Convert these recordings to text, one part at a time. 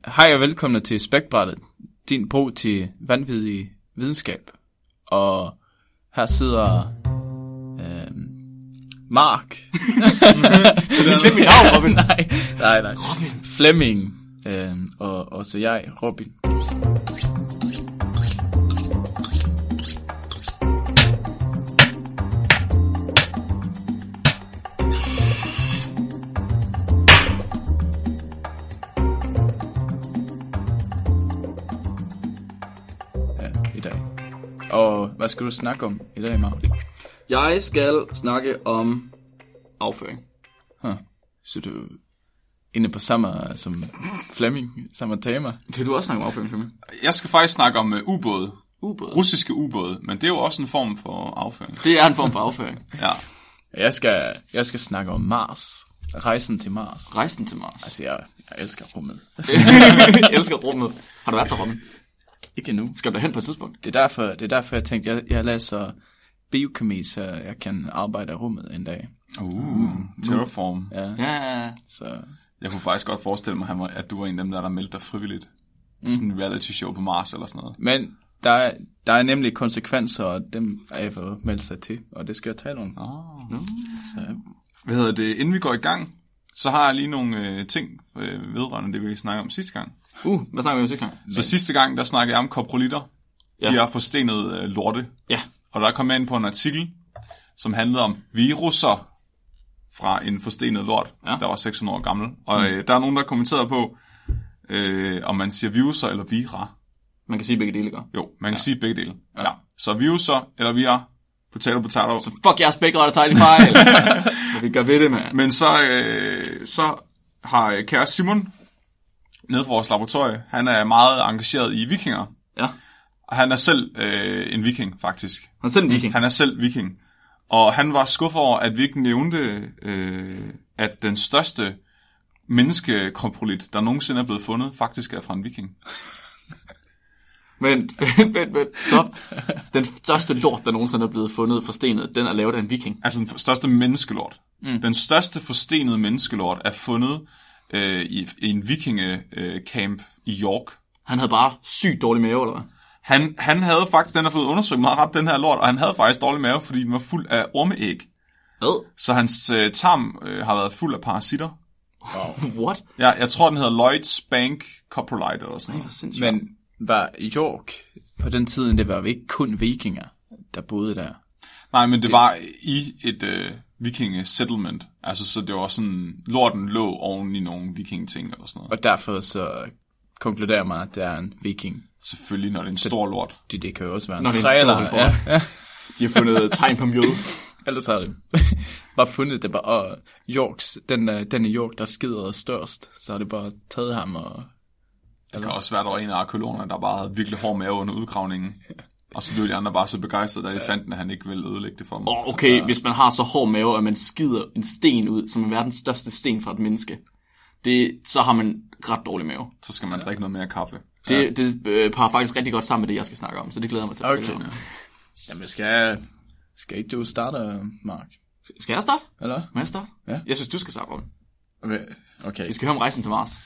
Hej og velkommen til Spækbrættet, din bro til vanvittig videnskab. Og her sidder Mark. Det er mit navn, Robin. Nej. Robin. Flemming. Og så jeg, Robin. I dag. Og hvad skal du snakke om i dag, Mark? Jeg skal snakke om afføring. Så du er inde på samme som Flemming, samme tema? Kan du også snakke om afføring, Flemming? Jeg skal faktisk snakke om ubåde. Ubåde? Russiske ubåde, men det er jo også en form for afføring. Det er en form for afføring. Ja. Jeg skal snakke om Mars. Rejsen til Mars. Rejsen til Mars. Altså, jeg elsker rummet. Jeg elsker rummet. Har du været der, Robin? Ikke endnu. Skal du hen på et tidspunkt? Det er derfor jeg tænkte, jeg læser biokemi, så jeg kan arbejde i rummet en dag. Terraform. Ja. Så Jeg kunne faktisk godt forestille mig, at du var en af dem, der meldte dig frivilligt. Sådan en reality show på Mars eller sådan noget. men der er nemlig konsekvenser, og dem er jeg for meldt sig til, og det skal jeg tale om. Så Inden vi går i gang, så har jeg lige nogle ting vedrørende det, vi snakkede om sidste gang. Hvad snakker vi om sidste gang? Så sidste gang, der snakkede jeg om koprolitter. Ja. De er forstenet lorte. Ja. Og der kom jeg ind på en artikel, som handlede om viruser fra en forstenet lort, der var 600 år gammel. Og der er nogen, der kommenterede på, om man siger viruser eller vira. Man kan sige begge dele, ikke? Jo, man kan sige begge dele. Ja. Så viruser eller vira, potato. Så fuck jeres spækbræt og tager de fejl. Vi gør ved det, mand. Men så har kære Simon, nede fra vores laboratorie, han er meget engageret i vikinger. Ja. Og han er selv en viking, faktisk. Han er selv en viking. Han er selv viking. Og han var skuffet over, at vi ikke nævnte, at den største menneskekoprolit, der nogensinde er blevet fundet, faktisk er fra en viking. Men stop. Den største lort, der nogensinde er blevet fundet forstenet, den er lavet af en viking. Altså den største menneskelort. Den største forstenede menneskelort er fundet i en vikingecamp i York. Han havde bare sygt dårlig mave, eller hvad? Han havde faktisk, den har fået undersøgt meget ret, den her lort, og han havde faktisk dårlig mave, fordi den var fuld af ormeæg. Så hans tarm har været fuld af parasitter. What? Ja, jeg tror, den hedder Lloyd's Bank Coprolite eller sådan noget. Men var York på den tiden, det var ikke kun vikinger, der boede der? Nej, men det var i et vikinge-settlement. Altså, så det var sådan, lorten lå oven i nogle viking-ting eller sådan noget. Og derfor så konkluderer man, at det er en viking. Selvfølgelig, når det er en stor lort. Det kan jo også være Når en det er en træ. stor lort. Ja. De har fundet tegn på mjød. Ellers har det bare fundet det bare, Yorks, den i York, der skider størst, så har det bare taget ham og... Det kan også være, der var en af arkeologerne, der bare havde virkelig hård mave under udgravningen. Og så blev de andre bare så begejstrede, da de fandt den, at han ikke ville ødelægge det for dem. Okay, hvis man har så hård mave, at man skider en sten ud, som er verdens største sten fra et menneske, så har man ret dårlig mave. Så skal man drikke noget mere kaffe. Det parer faktisk rigtig godt sammen med det, jeg skal snakke om, så det glæder jeg mig til at fortælle om. Jamen, skal ikke du starte, Mark? Skal jeg starte? Eller? Må jeg starte? Ja. Jeg synes, du skal starte om. Okay. Vi skal høre om rejsen til Mars.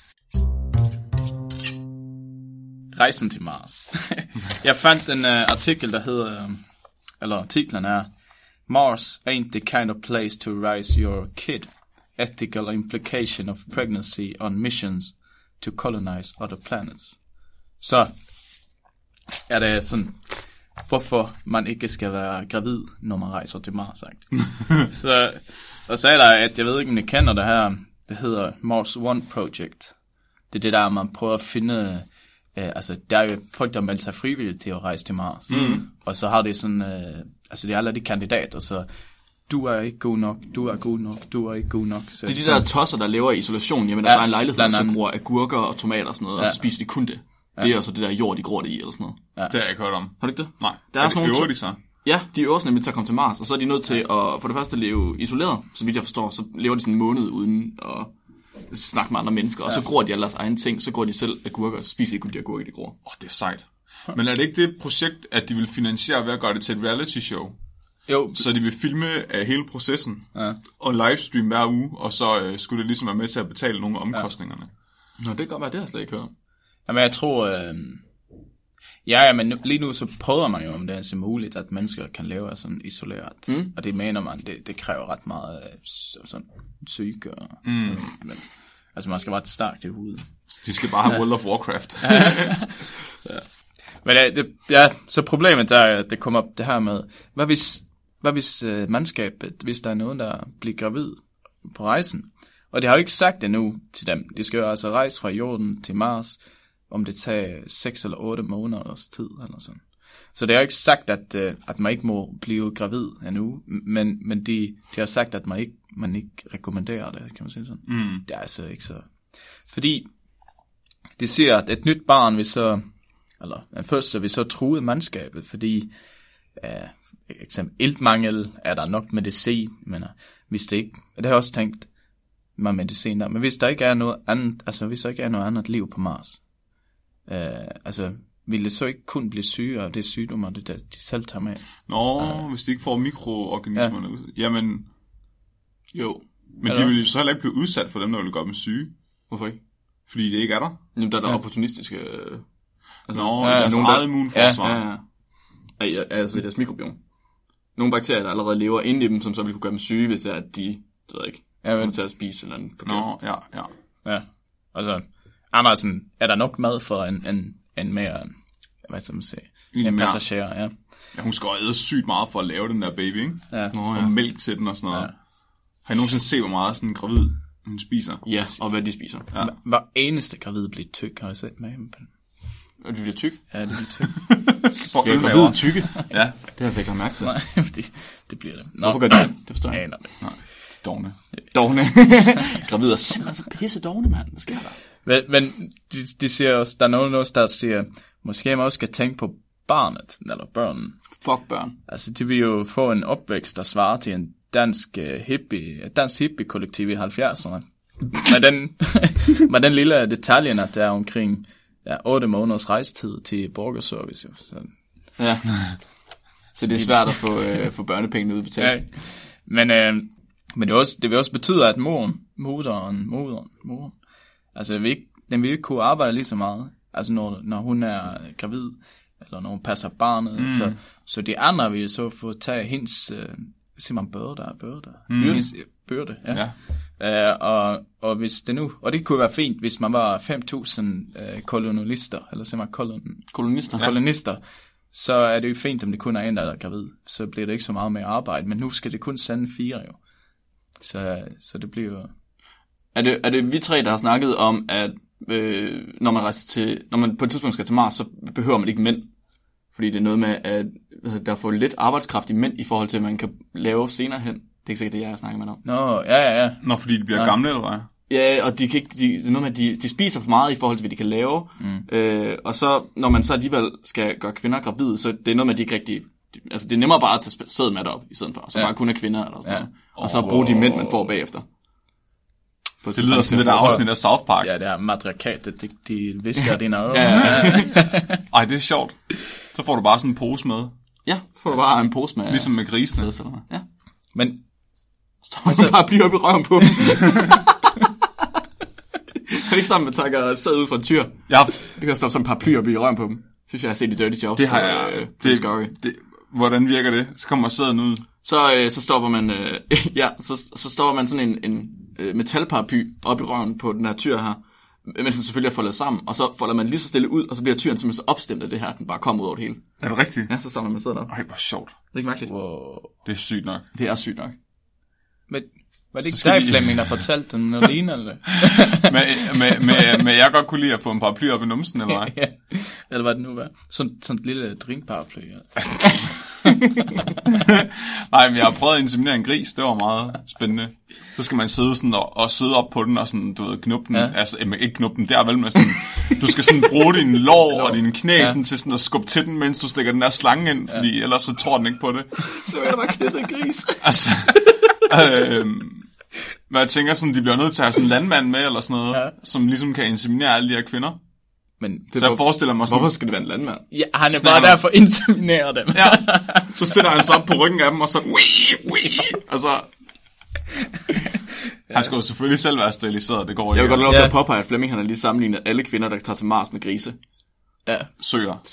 Rejsen til Mars. Jeg fandt en artikel, der hedder, eller titlen er, Mars ain't the kind of place to raise your kid. Ethical implication of pregnancy on missions to colonize other planets. Så er det sådan, hvorfor man ikke skal være gravid, når man rejser til Mars, sagt. Og så er der, at jeg ved ikke, om I kender det her, det hedder Mars One Project. Det er det der, man prøver at finde, altså der er jo folk, der melder sig frivilligt til at rejse til Mars. Og så har det sådan, altså det er alle de kandidater, så du er ikke god nok, du er god nok, du er ikke god nok. Så det er de der tosser, der lever i isolation hjemme i deres egen lejlighed, som bruger agurker og tomater og sådan noget, og så spiser de kun det. Det er altså det der jord, de gror det i, eller sådan noget. Det har jeg ikke hørt om. Har du ikke det? Nej. Der er sådan nogle de så? Ja, de øver sig nemlig til at komme til Mars, og så er de nødt til at for det første leve isoleret, så vidt jeg forstår, så lever de sådan en måned uden at snakke med andre mennesker, og så gror de alle deres egne ting, så gror de selv agurker, og så spiser de kun de agurker, de gror. Det er sejt. Men er det ikke det projekt, at de vil finansiere ved at gøre det til et reality show? Jo. Så de vil filme hele processen og livestream hver uge, og så skulle det ligesom være med til at betale nogle af omkostningerne. Nå, det kan godt være, det har jeg slet ikke hørt. Jamen, jeg tror... Ja, men lige nu så prøver man jo, om det er så muligt, at mennesker kan leve sådan isoleret. Og det mener man, det kræver ret meget sådan psyke. Men, altså, man skal være stærkt i hovedet. De skal bare have World of Warcraft. Ja. Men så problemet der er, at det kommer op det her med, hvad hvis mandskabet, hvis der er nogen, der bliver gravid på rejsen, og det har jo ikke sagt endnu til dem. De skal jo altså rejse fra jorden til Mars, om det tager 6 eller 8 måneders tid, eller sådan. Så det har jo ikke sagt, at man ikke må blive gravid endnu, men de har sagt, at man ikke rekommenderer det, kan man sige sådan. Det er altså ikke så... Fordi de siger, at et nyt barn vil så... Eller først så vil så true mandskabet, fordi eksempel iltmangel er der nok medicin, men hvis det ikke, det har jeg også tænkt med medicin der, men hvis der ikke er noget andet, altså hvis der ikke er noget andet liv på Mars, altså vil det så ikke kun blive syge af det sygdommer, de selv tager med? Hvis de ikke får mikroorganismerne ud, jamen jo. Men de vil jo så heller ikke blive udsat for dem, der vil gøre dem syge. Hvorfor ikke? Fordi det ikke er der. Jamen, der er opportunistiske... Altså, deres eget immunforsvar. Ja, altså deres mikrobiom. Nogle bakterier, der allerede lever inde i dem, som så vil kunne gøre dem syge, hvis det er, at de, det ved jeg ikke, kommer til at spise eller andet. Ja, altså, Andersen, er der nok mad for en mere, hvad skal man sige, en passager, ja. Ja, hun skal æde sygt meget for at lave den der baby, ikke? Ja. Og mælk til den og sådan noget. Ja. Har I nogensinde set, hvor meget sådan en gravid hun spiser? Ja, og hvad de spiser. Ja. Hver eneste gravid bliver tyk, har jeg set med dem. Og de bliver tyk? Ja, det bliver tyk. Ja, gravide tykke? Ja. Det har jeg ikke mærke til. Nej, det bliver det. Hvorfor gør det? Det forstår jeg. Aner det. Nej, dogne. Gravide er simpelthen så pisse dogne, mand. Hvad sker der? Men de siger også, der er nogen der siger, måske man også skal tænke på barnet, eller børnen. Fuck børn. Altså, de vil jo få en opvækst, der svarer til en dansk hippie-kollektiv i 70'erne. Med den lille detaljen, at der er omkring 8 måneders rejstid til borgerservice. Jo. Så. Ja, så det er svært at få børnepengene udbetalt. Ja. Men det vil også betyde, at moderen, altså den vil ikke kunne arbejde lige så meget, altså når hun er gravid, eller når hun passer barnet, så de andre vil så få tage hendes, simpelthen børde, ja. Og hvis det nu, og det kunne være fint, hvis man var 5.000 kolonister, eller simpelthen kolonister, så er det jo fint, om det kun er en, der er gravid, så bliver det ikke så meget med arbejde, men nu skal det kun sende 4 jo. Så det bliver jo... Er det vi 3, der har snakket om, at når man på et tidspunkt skal til Mars, så behøver man ikke mænd? Fordi det er noget med, at der får lidt arbejdskraft i mænd, i forhold til, at man kan lave senere hen. Det er ikke sikkert, det jeg har snakket med om. Nå, ja. Nå, fordi de bliver gamle, eller hvad? Ja, og det er noget med, at de spiser for meget i forhold til, hvad de kan lave. Og så, når man så alligevel skal gøre kvinder gravide, så det er noget med, at de ikke rigtig... Altså, det er nemmere bare at tage sæd med derop, i stedet for. Så bare kun er kvinder, eller sådan noget. Og så bruge de mænd, man får bagefter. Det lyder sådan lidt af afsnit af South Park. Ja, det er matriarkatet, de visker dine ører. Ej, det er sjovt. Så får du bare sådan en pose med. Ja, får du bare en pose med. Ligesom med grisene. Ja. Men så bare bliver op i røven på dem. Er det ikke sammen, at man tager sæd ud fra en tyr? Ja. Det kan stoppe sådan et par ply op i røven på dem. Synes jeg har set i Dirty Jobs. Det har jeg. Hvordan virker det? Så kommer sæden ud. Så stopper man så stopper man sådan en metalparaply op i røven på den her tyr her, mens den selvfølgelig er foldet sammen, og så folder man lige så stille ud, og så bliver tyren simpelthen så opstemt af det her, at den bare kommer ud over det hele. Er det rigtigt? Ja, så samler man sæden op. Ej, hvor sjovt. Det er ikke mærkeligt. Wow. Det er sygt nok. Det er sygt nok. Men var det ikke dig, Flemming, der fortalte den, når ligner det? Men jeg godt kunne lide at få en paraply op i numsen, eller hvad? Ja, eller hvad det nu var. Sådan et lille drinkparaply. Ja. Nej, men jeg har prøvet at inseminere en gris, det var meget spændende. Så skal man sidde sådan og sidde op på den og sådan, du ved, knuppe den, altså ikke knuppe den, der vel med sådan, du skal sådan bruge dine lår og dine knæ sådan, til sådan at skubbe til den, mens du stikker den der slange ind, fordi ellers så tror den ikke på det. Så er der bare knippet en gris. Altså, men jeg tænker sådan, de bliver nødt til at have sådan en landmand med, eller sådan noget, som ligesom kan inseminere alle de her kvinder. Men så jeg forestiller mig sådan... Hvorfor skal det være en landmand? Ja, han er bare der for at inseminere dem. Ja, så sætter han sig op på ryggen af dem, og så... Altså... Han skal jo selvfølgelig selv være steriliseret, det går ikke. Jeg vil godt lov til at påpege, at Flemming han har lige sammenlignet alle kvinder, der tager til Mars med grise. Ja. Søger.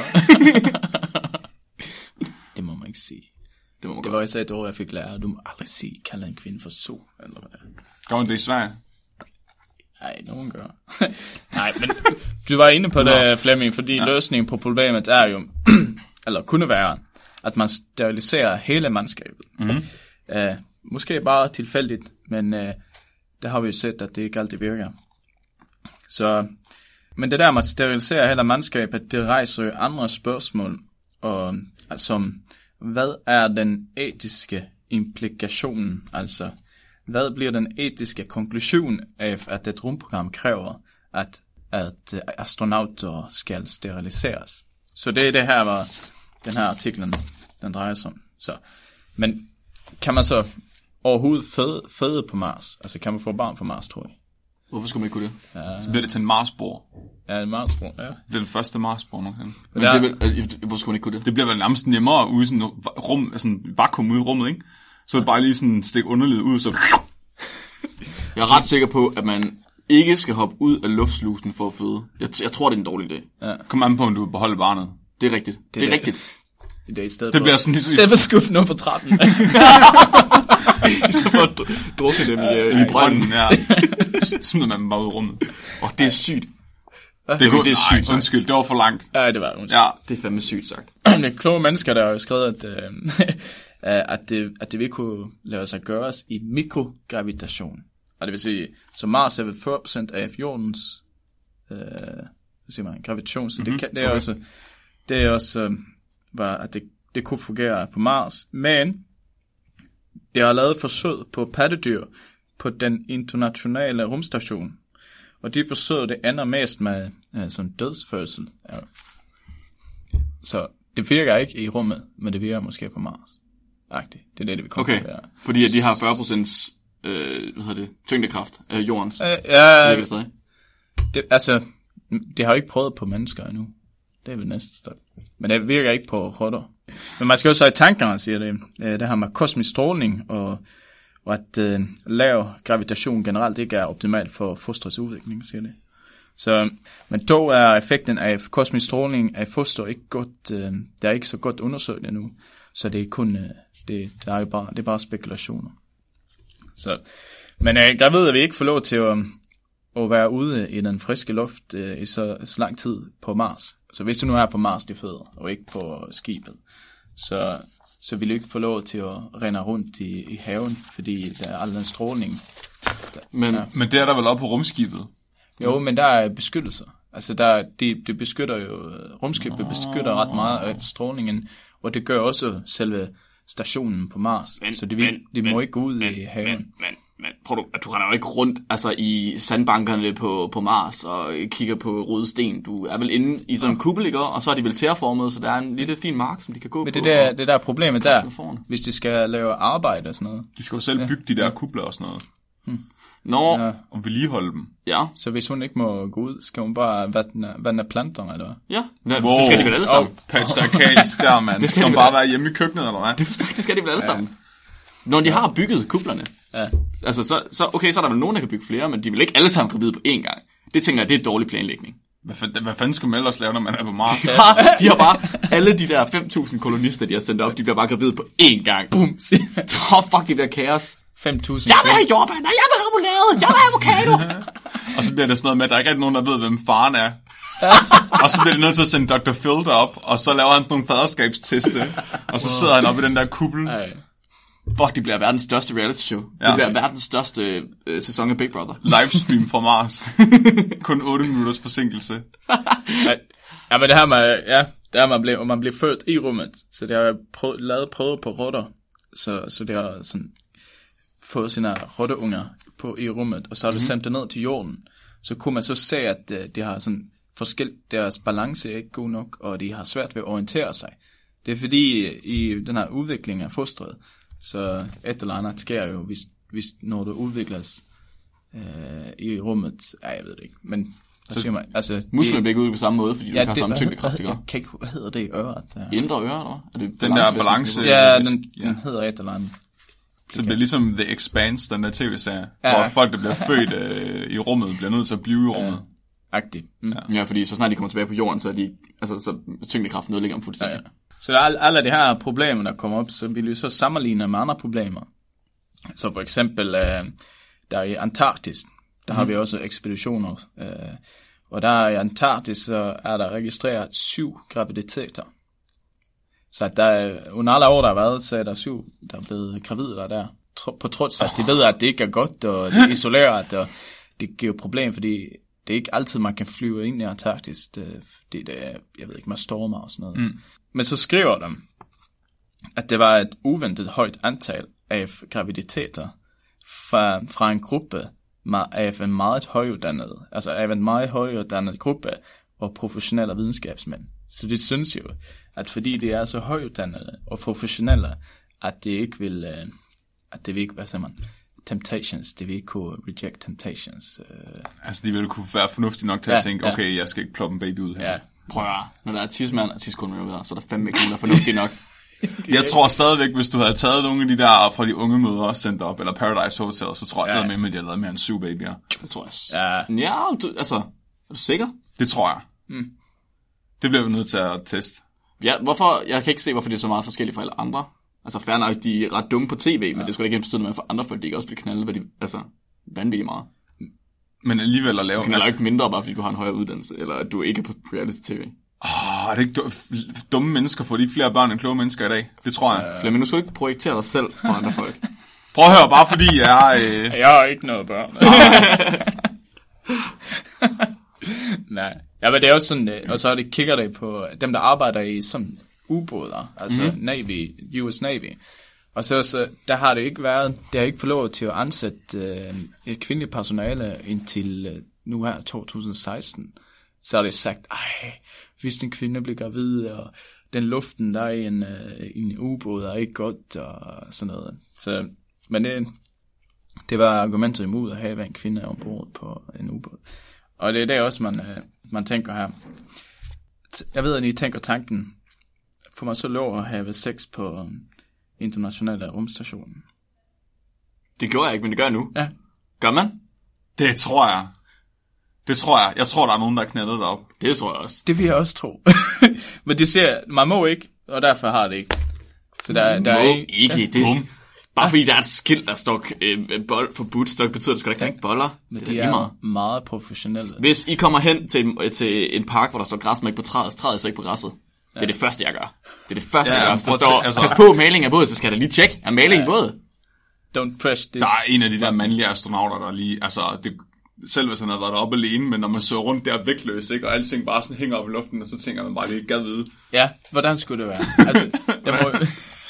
Det må man ikke sige. Det var især et ord, jeg fik lært. Du må aldrig kalde en kvinde for so, eller hvad? Gør man det i Sverige? Nej, nogen gør. Nej, men du var inde på det, Flemming, fordi løsningen på problemet er jo, eller kunne være, at man steriliserer hele mandskabet. Mm-hmm. Måske bare tilfældigt, men det har vi jo set, at det ikke altid virker. Så, men det der med at sterilisere hele mandskabet, det rejser jo andre spørgsmål, og altså, hvad er den etiske implikation, altså, hvad bliver den etiske konklusion af, at et rumprogram kræver, at astronauter skal steriliseres? Så det er det her, hvor den her artiklen, den drejer sig om. Så, men kan man så overhovedet føde på Mars? Altså, kan man få barn på Mars, tror jeg? Hvorfor skulle man ikke kunne det? Ja. Så bliver det til en Marsbor. Ja, en Marsbor, ja. Det er den første Marsbor nogensinde. Men det vil, hvorfor skulle man ikke kunne det? Det bliver vel nærmest nemmere ude i sådan rum, sådan vakuum ude i rummet, ikke? Så er det bare lige sådan stikke underlivet ud, så... Jeg er ret sikker på, at man ikke skal hoppe ud af luftslusen for at føde. Jeg tror, det er en dårlig idé. Ja. Kom an på, om du vil beholde barnet. Det er rigtigt. Det er rigtigt. Det er i stedet det bliver sådan i stedet for skuffe noget på trappen. I stedet for at drukke dem i brønden. Ja. Smider man dem bare ud i rummet. Det er sygt. Det er sygt. Undskyld, det var for langt. Ja, det var undskyld. Ja, det er fandme sygt sagt. Det er kloge mennesker, der har jo skrevet, at det vil kunne lade sig gøres i mikrogravitation. Og det vil sige, så Mars er ved 40% af jordens gravitation, så det er også at det kunne fungere på Mars. Men det har lavet forsøg på pattedyr på den internationale rumstation. Og de forsøg, det ender mest med sådan dødsfødsel. Ja. Så det virker ikke i rummet, men det virker måske på Mars. Det er det vi kommer til. Okay, fordi at de har 40% tyngdekraft af jordens. Det har ikke prøvet på mennesker endnu. Det er vel næste step. Men det virker ikke på rotter. Men man skal også have i tankerne, siger det her med kosmisk stråling, og at lav gravitation generelt ikke er optimalt for fostrets udvikling, siger det. Så, men dog er effekten af kosmisk stråling af foster ikke godt, der er ikke så godt undersøgt endnu. Så det er kun, det er bare spekulationer. Så, men jeg ved, at vi ikke får lov til at være ude i den friske luft i så lang tid på Mars. Så hvis du nu er på Mars, det føder, og ikke på skibet, så vil du ikke få lov til at rende rundt i haven, fordi der er al den stråling. Men det er der vel oppe på rumskibet? Jo, men der er beskyttelser. Altså det beskytter jo, rumskibet beskytter ret meget af strålingen, og det gør også selve stationen på Mars. Så de må ikke gå ud i haven. Men prøv du render jo ikke rundt altså i sandbankerne på Mars og kigger på røde sten. Du er vel inde i sådan en kuppel, ikke? Og så er de vel terraformet, så der er en lille fin mark, som de kan gå men på. Men det der problemet der, hvis de skal lave arbejde og sådan noget. De skal jo selv bygge de der kubler og sådan noget. Og vedligeholde dem. Ja. Så hvis hun ikke må gå ud, skal hun bare vande planterne, eller hvad? Ja, det skal de vel alle sammen. Patriarkalsk der, mand. Det skal hun bare være hjemme i køkkenet, eller hvad? Det skal de vel alle sammen. Når de har bygget kublerne. Ja. Altså, så er der vel nogen, der kan bygge flere, men de vil ikke alle sammen gravide på én gang. Det tænker jeg, det er dårlig planlægning. Hvad fanden skal man ellers lave, når man er på Mars? De har bare, alle de der 5.000 kolonister, de har sendt op, de bliver bare gravide på én gang. Boom. Fuck, det bliver kaos. 5.000. Jeg vil have jordbær, jeg vil have remoulade, jeg vil have avocado. Og så bliver det sådan noget med, at der ikke er nogen, der ved, hvem faren er. Og så bliver det nødt til at sende Dr. Phil derop, og så laver han sådan nogle faderskabsteste, og så sidder han oppe i den der kuppel. Fuck, det bliver verdens største reality show. Ja. Det bliver verdens største sæson af Big Brother. Livestream fra Mars. Kun 8 minutters forsinkelse. Ja, men det her med, man bliver født i rummet, så det har lavet prøver på rotter, så det har sådan fået sine rotteunger på i rummet, og så har det sendt det ned til jorden. Så kunne man så se, at de har sådan deres balance er ikke god nok, og de har svært ved at orientere sig. Det er fordi i den her udvikling af fostret, så et eller andet sker jo, hvis når du udvikles i rummet, jeg ved det ikke, men så siger man, altså musklerne bliver ikke ud på samme måde, fordi du ikke har samme tyngdekraft, ikke? Hvad hedder det i øret? Indre øre, eller? Den der balance. Ja, den hedder et eller andet. Så det bliver ligesom The Expanse, den der tv-serie, hvor folk, der bliver født i rummet, bliver nødt til at blive i rummet. Agtigt. Ja, fordi så snart de kommer tilbage på jorden, så er de, altså, så tyngdekraften ødelægger dem fuldstændig. Ja. Så der er alle de her problemer, der kommer op, så vil vi så sammenligne med andre problemer. Så for eksempel, der i Antarktis, der har vi også ekspeditioner. Og der i Antarktis, så er der registreret 7 graviditeter. Så at der, under alle år, der har været, så er der 7, der er blevet gravide der. På trods af, at de ved, at det ikke er godt, og det er isoleret, og det giver problem, fordi det er ikke altid, man kan flyve ind i Antarktis. Det er, jeg ved ikke, med stormer og sådan noget. Men så skriver de, at det var et uventet højt antal af graviditeter fra en gruppe af en meget højuddannet, altså af en meget højuddannet gruppe og professionelle videnskabsmænd. Så det synes jo, at fordi det er så højuddannede og professionelle, at det ikke vil, hvad siger man, temptations, det vil ikke kunne reject temptations. Altså de vil kunne være fornuftige nok til at tænke, okay, jeg skal ikke ploppe en baby ud her. Ja. Prøv at når der er tidsmand og tidskundmøder, så er der fandme ikke nogen, der er fornuftige nok. Jeg tror stadigvæk, hvis du havde taget nogle af de der fra de unge mødre og sendt op, eller Paradise Hotel, så tror jeg, at de har lavet mere end 7 babyer. Det tror jeg. Ja, altså, er du sikker? Det tror jeg. Det bliver vi nødt til at teste. Ja, hvorfor? Jeg kan ikke se, hvorfor det er så meget forskelligt fra alle andre. Altså, fair nok, de er ret dumme på tv, men det skulle da ikke betyde noget for andre folk, de ikke også vil knalde, hvad de, altså, vanvittigt meget. Men alligevel at lave... Du knaller ikke mindre, bare fordi du har en højere uddannelse, eller at du ikke er på reality-tv. Er det ikke dumme mennesker, får de ikke flere børn end kloge mennesker i dag? Det tror jeg. Flemming, nu skal du ikke projektere dig selv på andre folk. Prøv at høre, bare fordi jeg er... Jeg har ikke noget børn. Nej. Ja, men det er også sådan, og så kigger det på dem, der arbejder i sådan ubåder, altså Navy, US Navy. Og så der har det ikke været, det har ikke fået lov til at ansætte kvindelige personale indtil nu her 2016. Så er det sagt, hvis en kvinde bliver gravid, og den luften, der er i en ubåd, er ikke godt, og sådan noget. Så, men det var argumentet imod at have en kvinde ombord på en ubåd. Og det er det også, man tænker her. Jeg ved, at I tænker tanken, får man så lov at have sex på internationale rumstationen? Det gjorde jeg ikke, men det gør jeg nu. Ja. Gør man? Det tror jeg. Jeg tror, der er nogen, der er knaldet derop. Det tror jeg også. Det vil jeg også tro. Men det siger, man må ikke, og derfor har det ikke. Så der er ikke. Det er bare fordi der er et skilt, der står bold forbudt, så betyder det, at du ikke boller. Men det er meget professionelle. Hvis I kommer hen til en park, hvor der står græsmæk på træet, så træder jeg så ikke på græsset. Det er det første, jeg gør. Det er det første, jeg gør. Der står, pas på maling af båd, så skal der lige tjekke, er maling båd? Don't press this. Der er en af de der mandlige astronauter, der lige, altså, selv hvis han havde været deroppe alene, men når man så rundt der vægtløs, ikke, og alting bare sådan hænger op i luften, og så tænker man bare, det er gad vide. Ja, hvordan skulle det være? Altså, der må...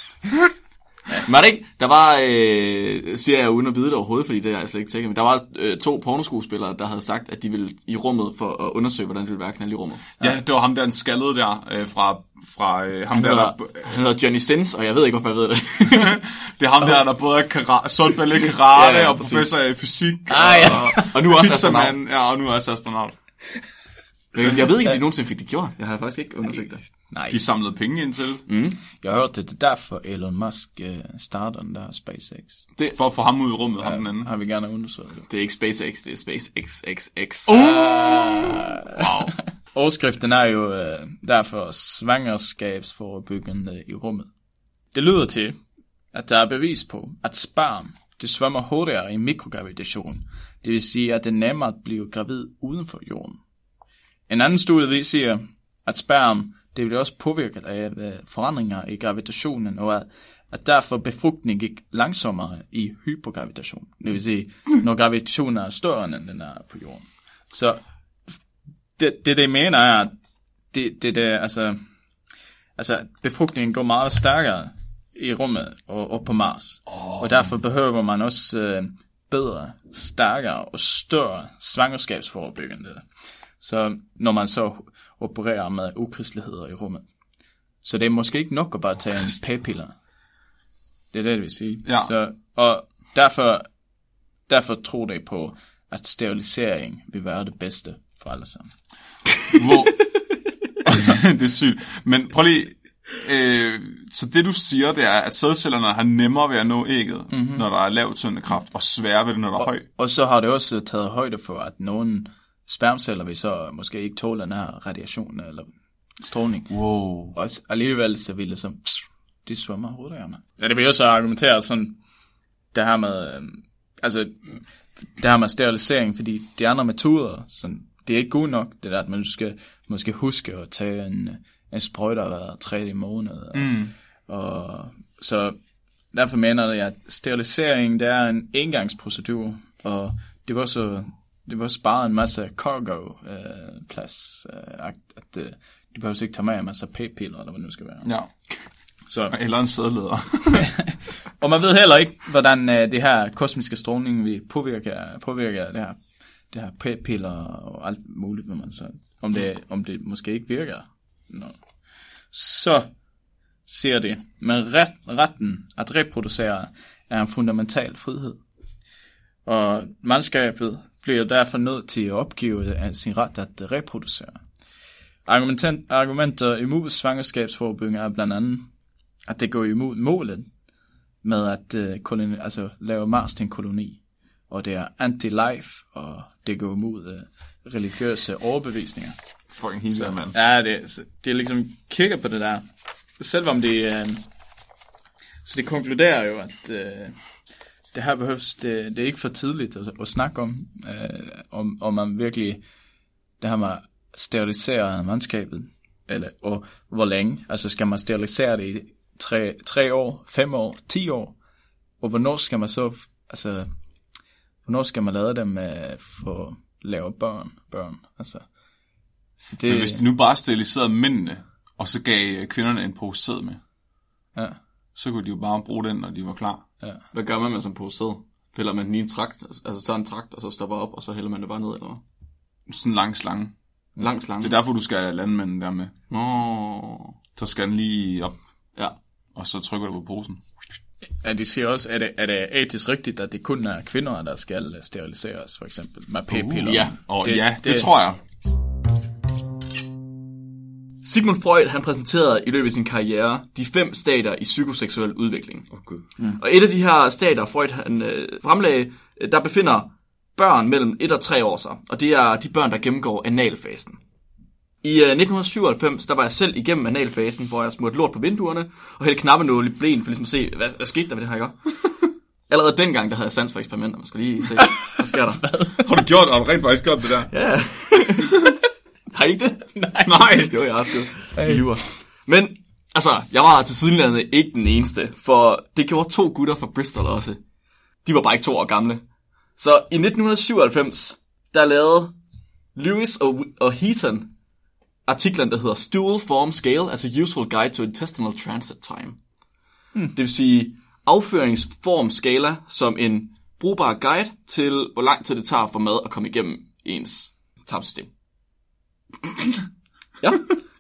Var det ikke? Der var, siger jeg uden at vide det overhovedet, fordi det er jeg slet ikke tænkt, men der var 2 pornoskuespillere, der havde sagt, at de ville i rummet for at undersøge, hvordan det ville være at knalde i rummet. Ja, det var ham der, en skaldede der, fra ham han hedder Johnny Sins, og jeg ved ikke, hvorfor jeg ved det. Det er ham der både er sortbælte karate og professor i fysik. Og nu også astronaut. Ja, og nu også astronaut. Jeg ved ikke, om de nogensinde fik det gjort. Jeg har faktisk ikke undersøgt det. Nej. De samlede penge ind til. Jeg har hørt det er derfor Elon Musk starter den der SpaceX. Det for at få ham ud i rummet, ham den anden. Har vi gerne undersøgt det. Det er ikke SpaceX, det er SpaceXXX. Wow. Overskriften er jo derfor svangerskabsforebyggende i rummet. Det lyder til, at der er bevis på, at sperm, det svømmer hurtigere i mikrogravitation. Det vil sige, at det er nemmere at blive gravid uden for jorden. En anden studie siger, at sperm, det bliver også påvirket af forandringer i gravitationen, og at derfor befrugtning gik langsommere i hypergravitation. Det vil sige, når gravitationen er større, end den er på jorden. Så det mener er, at altså befrugtningen går meget stærkere i rummet og på Mars. Og derfor behøver man også bedre, stærkere og større svangerskabsforebyggende. Så når man så opererer med ukristeligheder i rummet. Så det er måske ikke nok at bare tage en p-piller. Det er det vil sige. Ja. Så, og derfor tror jeg på, at sterilisering vil være det bedste for alle sammen. Det er sygt. Men prøv lige, Så det du siger, det er, at sædcellerne har nemmere ved at nå ægget, når der er lav tyngdekraft, og sværere ved det, når der er høj. Og så har det også taget højde for, at nogle spermceller vil så måske ikke tåle den her radiation eller stråling. Wow. Og alligevel så vil det så, de svømmer hurtigere, man. Ja, det vil jo så argumentere sådan, det her med, det her med sterilisering, fordi de andre metoder, sådan, det er ikke godt nok, det der, at man skal måske huske at tage en sprøjte hver 3. måned. Og så derfor mener jeg, at sterilisering, det er en engangsprocedur, og det var sparet en masse cargo-plads, at de behøver ikke tage med en masse p-piller, eller hvad det nu skal være. Ja. Så. Eller en sædleder. Og man ved heller ikke, hvordan det her kosmiske stråling vi påvirker det her p-piller og alt muligt, hvad man så, om det måske ikke virker. Så siger det, men retten at reproducere er en fundamental frihed. Og mandskabet bliver derfor nødt til at opgive sin ret at reproducere. Argumenter imod svangerskabsforebygging er blandt andet, at det går imod målet med at lave Mars til en koloni. Og det er anti-life, og det går imod religiøse overbevisninger. Fucking helt mand. Ja, det er ligesom kigger på det der. Selvom det så det konkluderer jo, at det her behøves, det er ikke for tidligt at snakke om man virkelig, det her med at sterilisere mandskabet, og hvor længe, altså skal man sterilisere det i 3 år, 5 år, 10 år, og hvornår skal man så, hvornår skal man lade dem for at lave børn, altså. Så det, men hvis de nu bare steriliserede mændene, og så gav kvinderne en pose sæd med, så kunne de jo bare bruge den, når de var klar. Ja. Hvad gør man med sådan en pose sæd? Fælder man den i en trakt, altså tager en trakt, og så stopper op, og så hælder man det bare ned, eller hvad? Sådan en lang slange. Lang slange? Det er derfor, du skal have landmanden der med. Så skal den lige op. Ja. Og så trykker du på posen. Ja, de siger også, er det etisk rigtigt, at det kun er kvinder, der skal steriliseres, for eksempel, med p-piller? Ja, det tror jeg. Sigmund Freud, han præsenterede i løbet af sin karriere de 5 stadier i psykoseksuel udvikling. Og et af de her stadier, Freud han fremlagde, der befinder børn mellem 1 og 3 år sig. Og det er de børn, der gennemgår analfasen. I 1997, der var jeg selv igennem analfasen, hvor jeg smurte lort på vinduerne og hældte knappenål i blæen for ligesom at se, hvad skete der ved det her, ikke? Allerede dengang, der havde jeg sans for eksperimenter. Man skulle lige se, hvad sker der. Har du rent faktisk gjort det der? Ja. Har I ikke det? Nej. Jo, jeg har sgu. Men, altså, jeg var til sydenlandet ikke den eneste, for det gjorde 2 gutter fra Bristol også. De var bare ikke 2 år gamle. Så i 1997, der lavede Lewis og Heaton artiklen, der hedder Stool Form Scale, altså Useful Guide to Intestinal Transit Time. Det vil sige afføringsform skala som en brugbar guide til, hvor lang tid det tager for mad at komme igennem ens tarmsystem. Ja.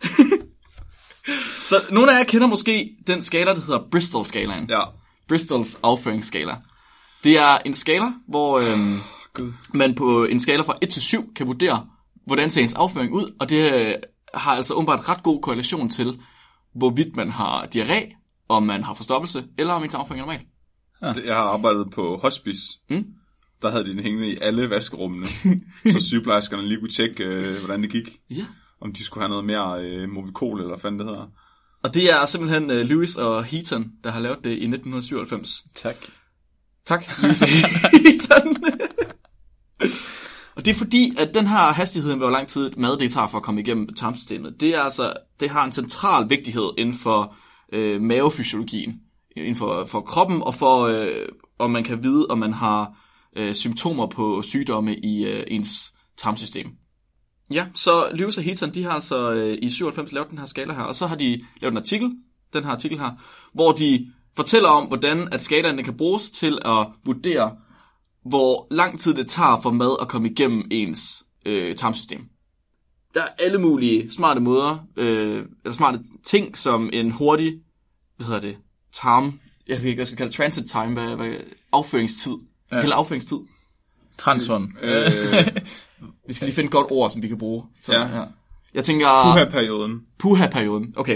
Så nogle af jer kender måske den skala, der hedder Bristol-skalaen. Ja. Bristols afføringsskala. Det er en skala, hvor man på en skala fra 1 til 7 kan vurdere, hvordan ser ens afføring ud, og det har altså åbenbart ret god korrelation til, hvorvidt man har diarré, om man har forstoppelse, eller om ens afføring er normal. Ja. Jeg har arbejdet på hospice. Der havde de den hængende i alle vaskerummene, så sygeplejerskerne lige kunne tjekke, hvordan det gik. Ja. Om de skulle have noget mere Movicol, eller hvad fanden det hedder. Og det er simpelthen Lewis og Heaton, der har lavet det i 1997. Tak, Lewis og Heaton. Og det er fordi, at den her hastighed, hvor lang tid mad det tager for at komme igennem tarmsystemet, det har en central vigtighed inden for mavefysiologien, inden for kroppen, og for om man kan vide, om man har symptomer på sygdomme i ens tarmsystem. Ja, så Lewis og Heaton, de har altså i 97 lavet den her skala her, og så har de lavet en artikel, den her artikel her, hvor de fortæller om, hvordan at skalaen kan bruges til at vurdere, hvor lang tid det tager for mad at komme igennem ens tarmsystem. Der er alle mulige smarte måder, eller smarte ting, som en hurtig, tarm, jeg ved ikke, hvad jeg skal kalde transit time, hvad afføringstid. Ja. Kalder afføringstid. Transferen. Vi skal lige finde et godt ord, som vi kan bruge. Så, ja. Jeg tænker... Puha-perioden. Puha-perioden, okay.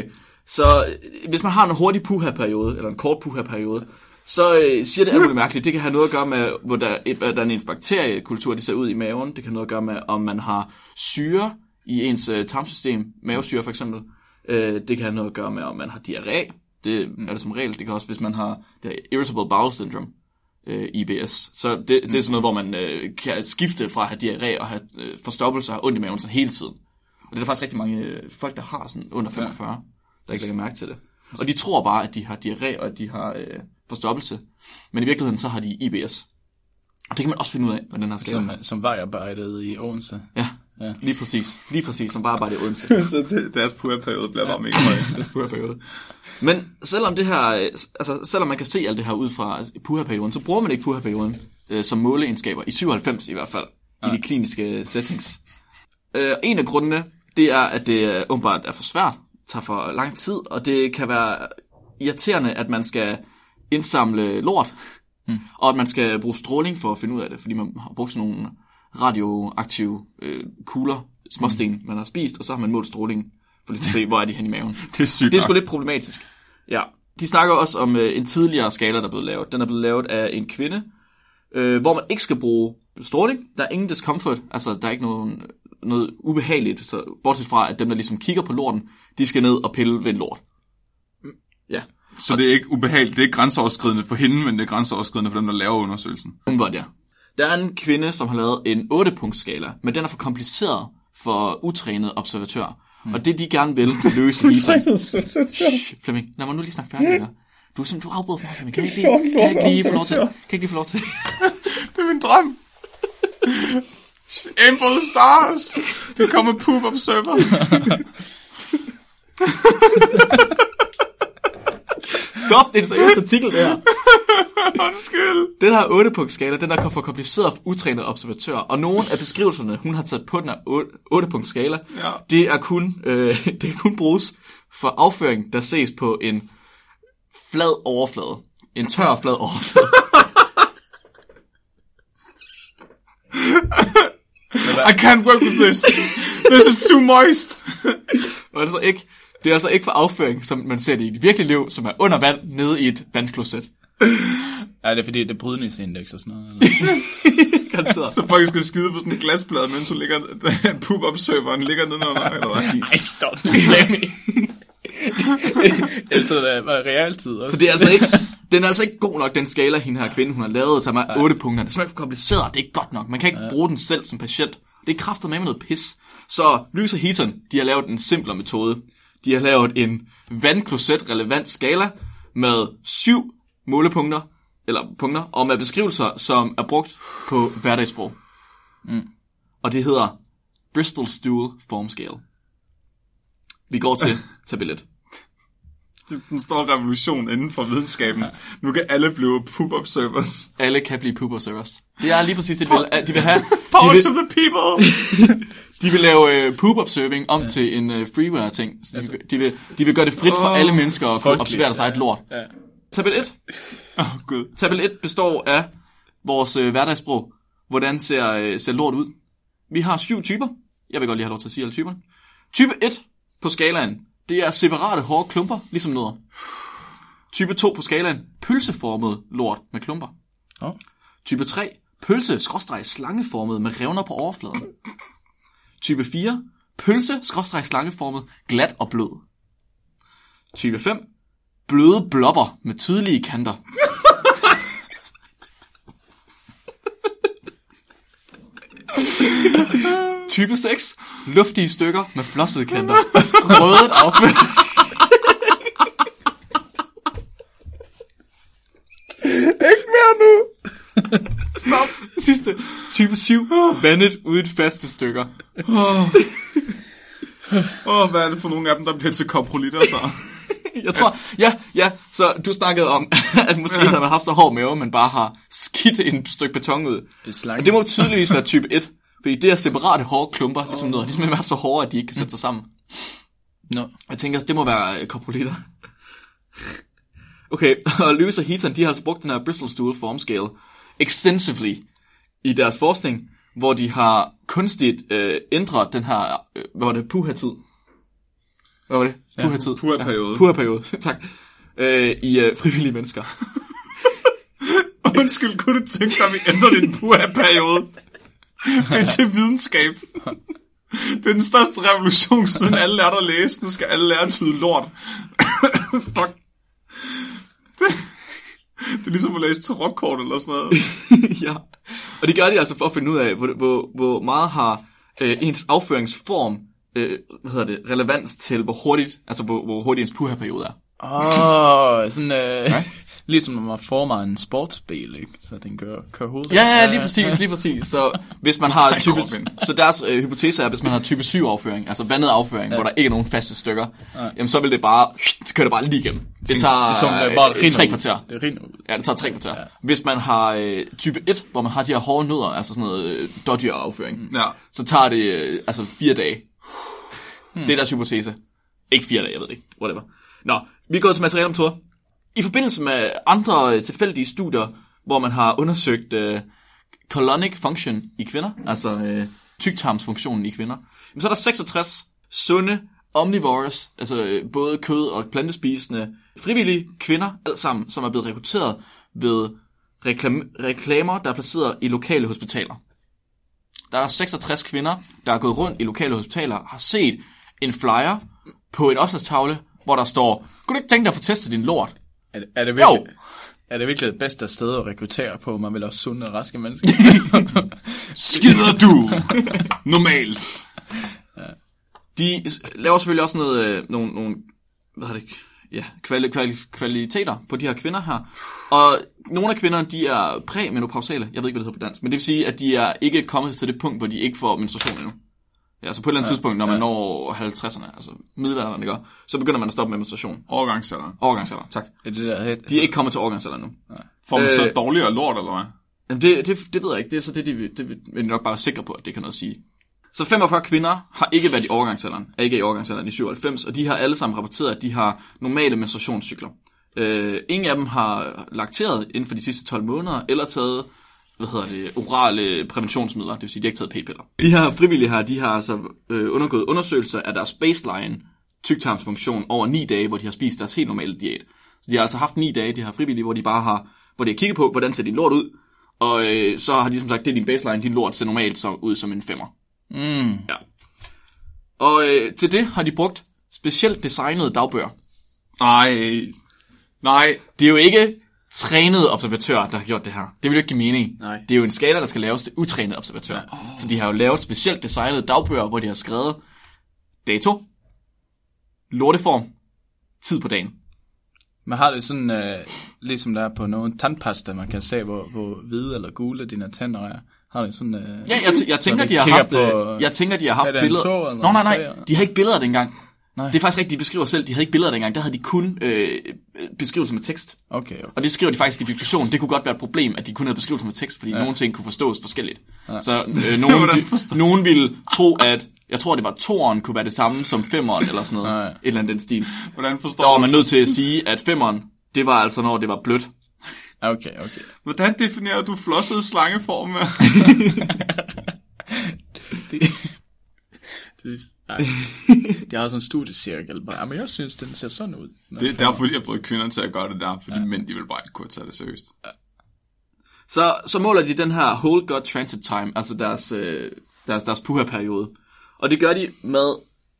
Så hvis man har en hurtig puha-periode, eller en kort puha-periode, så siger det alt muligt mærkeligt. Det kan have noget at gøre med, hvordan ens bakteriekultur de ser ud i maven. Det kan have noget at gøre med, om man har syre i ens tarmsystem, mavesyre for eksempel. Det kan have noget at gøre med, om man har diarré. Det er det som regel. Det kan også, hvis man har det irritable bowel syndrome, IBS. Så det er sådan noget, hvor man kan skifte fra at have diarré og have forstoppelse og ondt i maven sådan hele tiden. Og det er der faktisk rigtig mange folk, der har sådan under 45, der ikke lægger mærke til det. Og de tror bare, at de har diarré og at de har forstoppelse. Men i virkeligheden så har de IBS. Og det kan man også finde ud af, hvad den her skala. Som vejarbejdet i Odense. Ja, lige præcis, som vejarbejdet i Odense. Så deres puha-periode bliver bare mega høj. Deres puha-periode. Men selvom det her, altså selvom man kan se alt det her ud fra puha-perioden, så bruger man ikke puha-perioden som måleegenskaber, i 97 i hvert fald, i de kliniske settings. En af grundene, det er, at det åbenbart er for svært, tager for lang tid, og det kan være irriterende, at man skal indsamle lort, og at man skal bruge stråling for at finde ud af det, fordi man har brugt sådan nogle radioaktive kugler, småsten, man har spist, og så har man målt stråling, for lige at se, hvor er de hen i maven. Det er sygt. Det er sgu lidt problematisk. Ja. De snakker også om en tidligere skala, der er blevet lavet. Den er blevet lavet af en kvinde, hvor man ikke skal bruge stråling. Der er ingen discomfort, altså der er ikke noget ubehageligt, så bortset fra, at dem, der ligesom kigger på lorten, de skal ned og pille ved en lort. Ja. Så det er ikke ubehageligt, det er ikke grænseoverskridende for hende, men det er grænseoverskridende for dem, der laver undersøgelsen. Ja. Der er en kvinde, som har lavet en 8-punktsskala, men den er for kompliceret for utrænede observatører. Og det, de gerne vil løse i sig. Flemming, lad mig nu lige snakke færdigt her. Du afbryder mig, Flemming. Kan jeg ikke lige få lov til? Det er min drøm. Aim for the stars. Become a poop observer. Stop, det er en seriøs artikel, der. Undskyld. Den her 8-punktsskala, den er for kompliceret for utrænede observatører. Og nogle af beskrivelserne, hun har taget på den her 8-punktsskala, det kan kun bruges for afføring, der ses på en flad overflade. En tør, flad overflade. I can't work with this. This is too moist. Og det er altså ikke for afføring, som man ser det i et virkeligt liv, som er under vand, nede i et vandkloset. Ja, det er fordi, det er brydningsindeks og sådan noget. Eller? Så folk skal skide på sådan en glasplade, mens hun ligger, poop-observeren ligger nedenunder, eller hvad? Ej, stop nu, Flemming. Altså, det var realtid også. Så det er den er altså ikke god nok, den skala, hende her kvinde, hun har lavet, som er 8 punkter. Det er simpelthen for kompliceret, det er ikke godt nok. Man kan ikke bruge den selv som patient. Det er kraftet med noget pis. Så Lys og Heaton, de har lavet en simplere metode. De har lavet en vandkloset-relevant skala med 7 målepunkter, eller punkter, og med beskrivelser, som er brugt på hverdagssprog. Og det hedder Bristol Stool Form Scale. Vi går til tabel 1. Den store revolution inden for videnskaben. Nu kan alle blive poop-observers. Alle kan blive poop-observers. Det er lige præcis det, de vil have. Power to the people! De vil lave poop-observing om til en freeware-ting. De vil gøre det frit for alle mennesker at kunne observere deres eget lort. Ja. Tabel 1. Gud. Tabel 1 består af vores hverdagssprog. Hvordan ser lort ud? Vi har 7 typer. Jeg vil godt lige have lov til at sige alle typerne. Type 1 på skalaen, det er separate hårde klumper, ligesom nødder. Type 2 på skalaen, pølseformet lort med klumper. Type 3, pølse-slangeformet med revner på overfladen. Type 4, pølse-slangeformet glat og blød. Type 5, bløde blobber med tydelige kanter. Type 6, luftige stykker med flossede kanter. Rødet afføring. Ikke mere nu. Stop. Sidste. Type 7, vandet uden faste stykker. Hvad er det for nogle af dem, der bliver til koprolitter så? Jeg tror, ja, så du snakkede om, at måske havde man haft så hård mave, men bare har skidt en stykke beton ud. Det må tydeligvis være type 1, fordi det er separate hårde klumper, ligesom noget. De simpelthen er så hårde, at de ikke kan sætte sig sammen. Jeg tænker, det må være koprolitter. Okay, og Lewis og Heaton, de har altså brugt den her Bristol Stool Form Scale extensively i deres forskning, hvor de har kunstigt ændret den her, hvad var det, puha-tid? Hvad var det? Puha-tid. Puha-periode. Puha-periode, tak. I frivillige mennesker. Undskyld, kunne du tænke dig, at vi ændrer din puha-periode? Det er til videnskab. Det er den største revolution, siden alle lærte at læse. Nu skal alle lære at tyde lort. Fuck. Det er ligesom at læse til rockkort eller sådan noget. Ja, og det gør de altså for at finde ud af, hvor meget har ens afføringsform relevans til, hvor hurtigt ens puha-periode er. Sådan ligesom når man former en sportsbil, ikke? Så den kører hovedet. Ja, lige præcis. Så hvis man har så deres hypotese er, hvis man har type 7 afføring, altså vandet afføring, hvor der ikke er nogen faste stykker, jamen så vil det bare kører det bare lige igennem. Det tager 3 kvarter. Ja, det tager 3 kvarter. Ja. Hvis man har type 1, hvor man har de her hårde nødder, altså sådan noget dodgy afføring, så tager det 4 dage. Det er deres hypotese. Ikke 4 dage, jeg ved ikke. Whatever. Nå, vi er gået til materiale om tur. I forbindelse med andre tilfældige studier, hvor man har undersøgt colonic function i kvinder, altså tyktarmsfunktionen i kvinder, så er der 66 sunde omnivores, altså både kød- og plantespisende frivillige kvinder, alt sammen, som er blevet rekrutteret ved reklamer, der er placeret i lokale hospitaler. Der er 66 kvinder, der er gået rundt i lokale hospitaler, har set en flyer på en opslagstavle, hvor der står, kunne du ikke tænke dig at få testet din lort? Er det virkelig det bedste sted at rekruttere på, man vil også sunde og raske mennesker? Skider du? Normalt. Ja. De laver selvfølgelig også nogle kvaliteter på de her kvinder her. Og nogle af kvinderne, de er præmenopausale. Jeg ved ikke, hvad det hedder på dansk. Men det vil sige, at de er ikke kommet til det punkt, hvor de ikke får menstruation endnu. Ja, så på et eller andet tidspunkt, når man når 50'erne, altså middelalderen, ikke? Så begynder man at stoppe med menstruation. Overgangsalderen, tak. De er ikke kommet til overgangsalderen nu. Nej. Får man så dårligere lort, eller hvad? Jamen det ved jeg ikke. Det er så det vil nok bare sikre på, at det kan noget sige. Så 45 kvinder har ikke været i overgangsalderen, er ikke i overgangsalderen i 97, og de har alle sammen rapporteret, at de har normale menstruationscykler. Ingen af dem har lakteret inden for de sidste 12 måneder, eller taget orale præventionsmidler, det vil sige, de har ikke taget p-piller. De her frivillige her, de har altså undergået undersøgelser af deres baseline tyktarmsfunktion over 9 dage, hvor de har spist deres helt normale diæt. Så de har altså haft 9 dage, de her frivillige, hvor de har kigget på, hvordan ser din lort ud, og så har de som sagt, det er din baseline, din lort ser normalt ud som en 5'er. Ja. Og til det har de brugt specielt designede dagbøger. Nej. Det er jo ikke trænede observatører, der har gjort det her. Det vil jo ikke give mening. Nej. Det er jo en skala, der skal laves til utrænede observatører. Ja. Så de har jo lavet specielt designede dagbøger, hvor de har skrevet dato, lorteform, tid på dagen. Man har det sådan, ligesom der er på nogle tandpasta, man kan se, hvor hvide eller gule dine tænder er. Har det sådan... Ja, jeg tænker, de har haft... Jeg tænker, de har haft billeder... Nej. De har ikke billeder dengang. Nej. Det er faktisk rigtigt, de beskriver selv, de havde ikke billeder dengang, der havde de kun beskrivelser med tekst. Okay. Og det skriver de faktisk i diktation. Det kunne godt være et problem, at de kun havde beskrivelser med tekst, fordi nogle ting kunne forstås forskelligt. Ja. Så nogen ville tro, at jeg tror, det var 2'eren kunne være det samme som 5'eren, eller sådan noget. Et eller andet den stil. Hvordan forstår der var man nødt til at sige, at 5'eren, det var altså, når det var blødt. Okay. Hvordan definerer du flosset slangeform med? Det har sådan en studiecirkel. Men jeg synes, den ser sådan ud. Det er derfor, de har fået kvinder til at gøre det der, fordi mænd, de vil bare ikke kunne tage det seriøst. Ja. Så måler de den her whole gut transit time, altså deres puha-periode. Og det gør de med,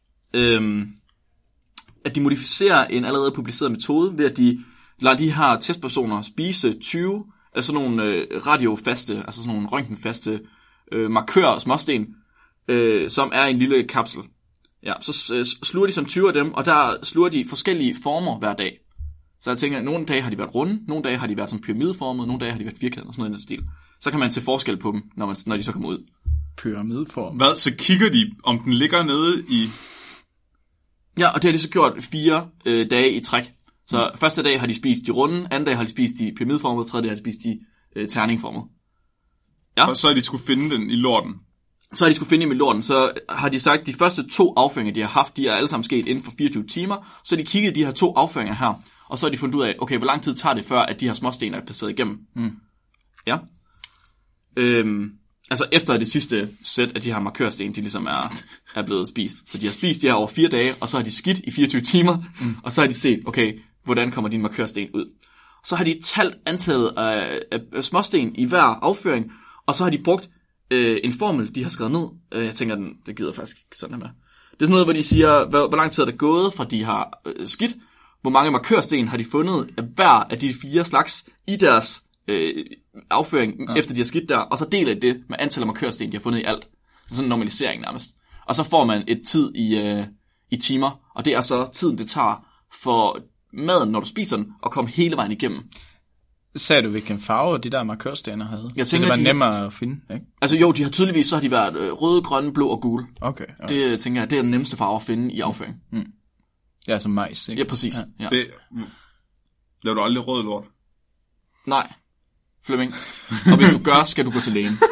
at de modificerer en allerede publiceret metode, ved at de lader de her testpersoner spise 20 af sådan nogle radiofaste, altså sådan nogle røntgenfaste markører, småsten, som er en lille kapsel. Ja, så sluger de som 20 af dem, og der sluger de forskellige former hver dag. Så jeg tænker, at nogle dage har de været runde, nogle dage har de været sådan pyramideformet, nogle dage har de været firkantede og sådan noget i den stil. Så kan man se forskel på dem, når de så kommer ud. Pyramideform. Hvad? Så kigger de, om den ligger nede i... Ja, og det har de så gjort 4 dage i træk. Så første dag har de spist de runde, anden dag har de spist de pyramideformede, tredje dag har de spist de terningformede. Ja. Og så har de skulle finde den i lorten. Så har de sagt, at de første 2 afføringer, de har haft, de er alle sammen sket inden for 24 timer. Så de kiggede de her 2 afføringer her, og så har de fundet ud af, okay, hvor lang tid tager det, før at de her småsten er passeret igennem. Ja. Altså efter det sidste sæt af de her markørsten, de ligesom er blevet spist. Så de har spist de her over 4 dage, og så har de skidt i 24 timer, og så har de set, okay, hvordan kommer din markørsten ud. Så har de talt antallet af småsten i hver afføring, og så har de brugt en formel, de har skrevet ned. Jeg tænker, det gider faktisk ikke sådan her med. Det er sådan noget, hvor de siger, hvor lang tid er der gået, fra de har skidt, hvor mange markørsten har de fundet af hver af de 4 slags i deres afføring, efter de har skidt der, og så deler de det med antallet af markørsten, de har fundet i alt. Så sådan en normalisering nærmest. Og så får man et tid i timer, og det er så tiden, det tager for maden, når du spiser den, og komme hele vejen igennem. Sagde du, hvilken farve de der markørstener havde? Jeg tænker, så det var nemmere at finde, ikke? Altså jo, de har tydeligvis, så har de været røde, grønne, blå og gule. Okay. Det tænker jeg, det er den nemmeste farve at finde i afføring. Ja, som majs, ikke? Ja, præcis. Ja. Det laver du aldrig rød lort? Nej, Flemming. Og hvis du gør, skal du gå til lægen.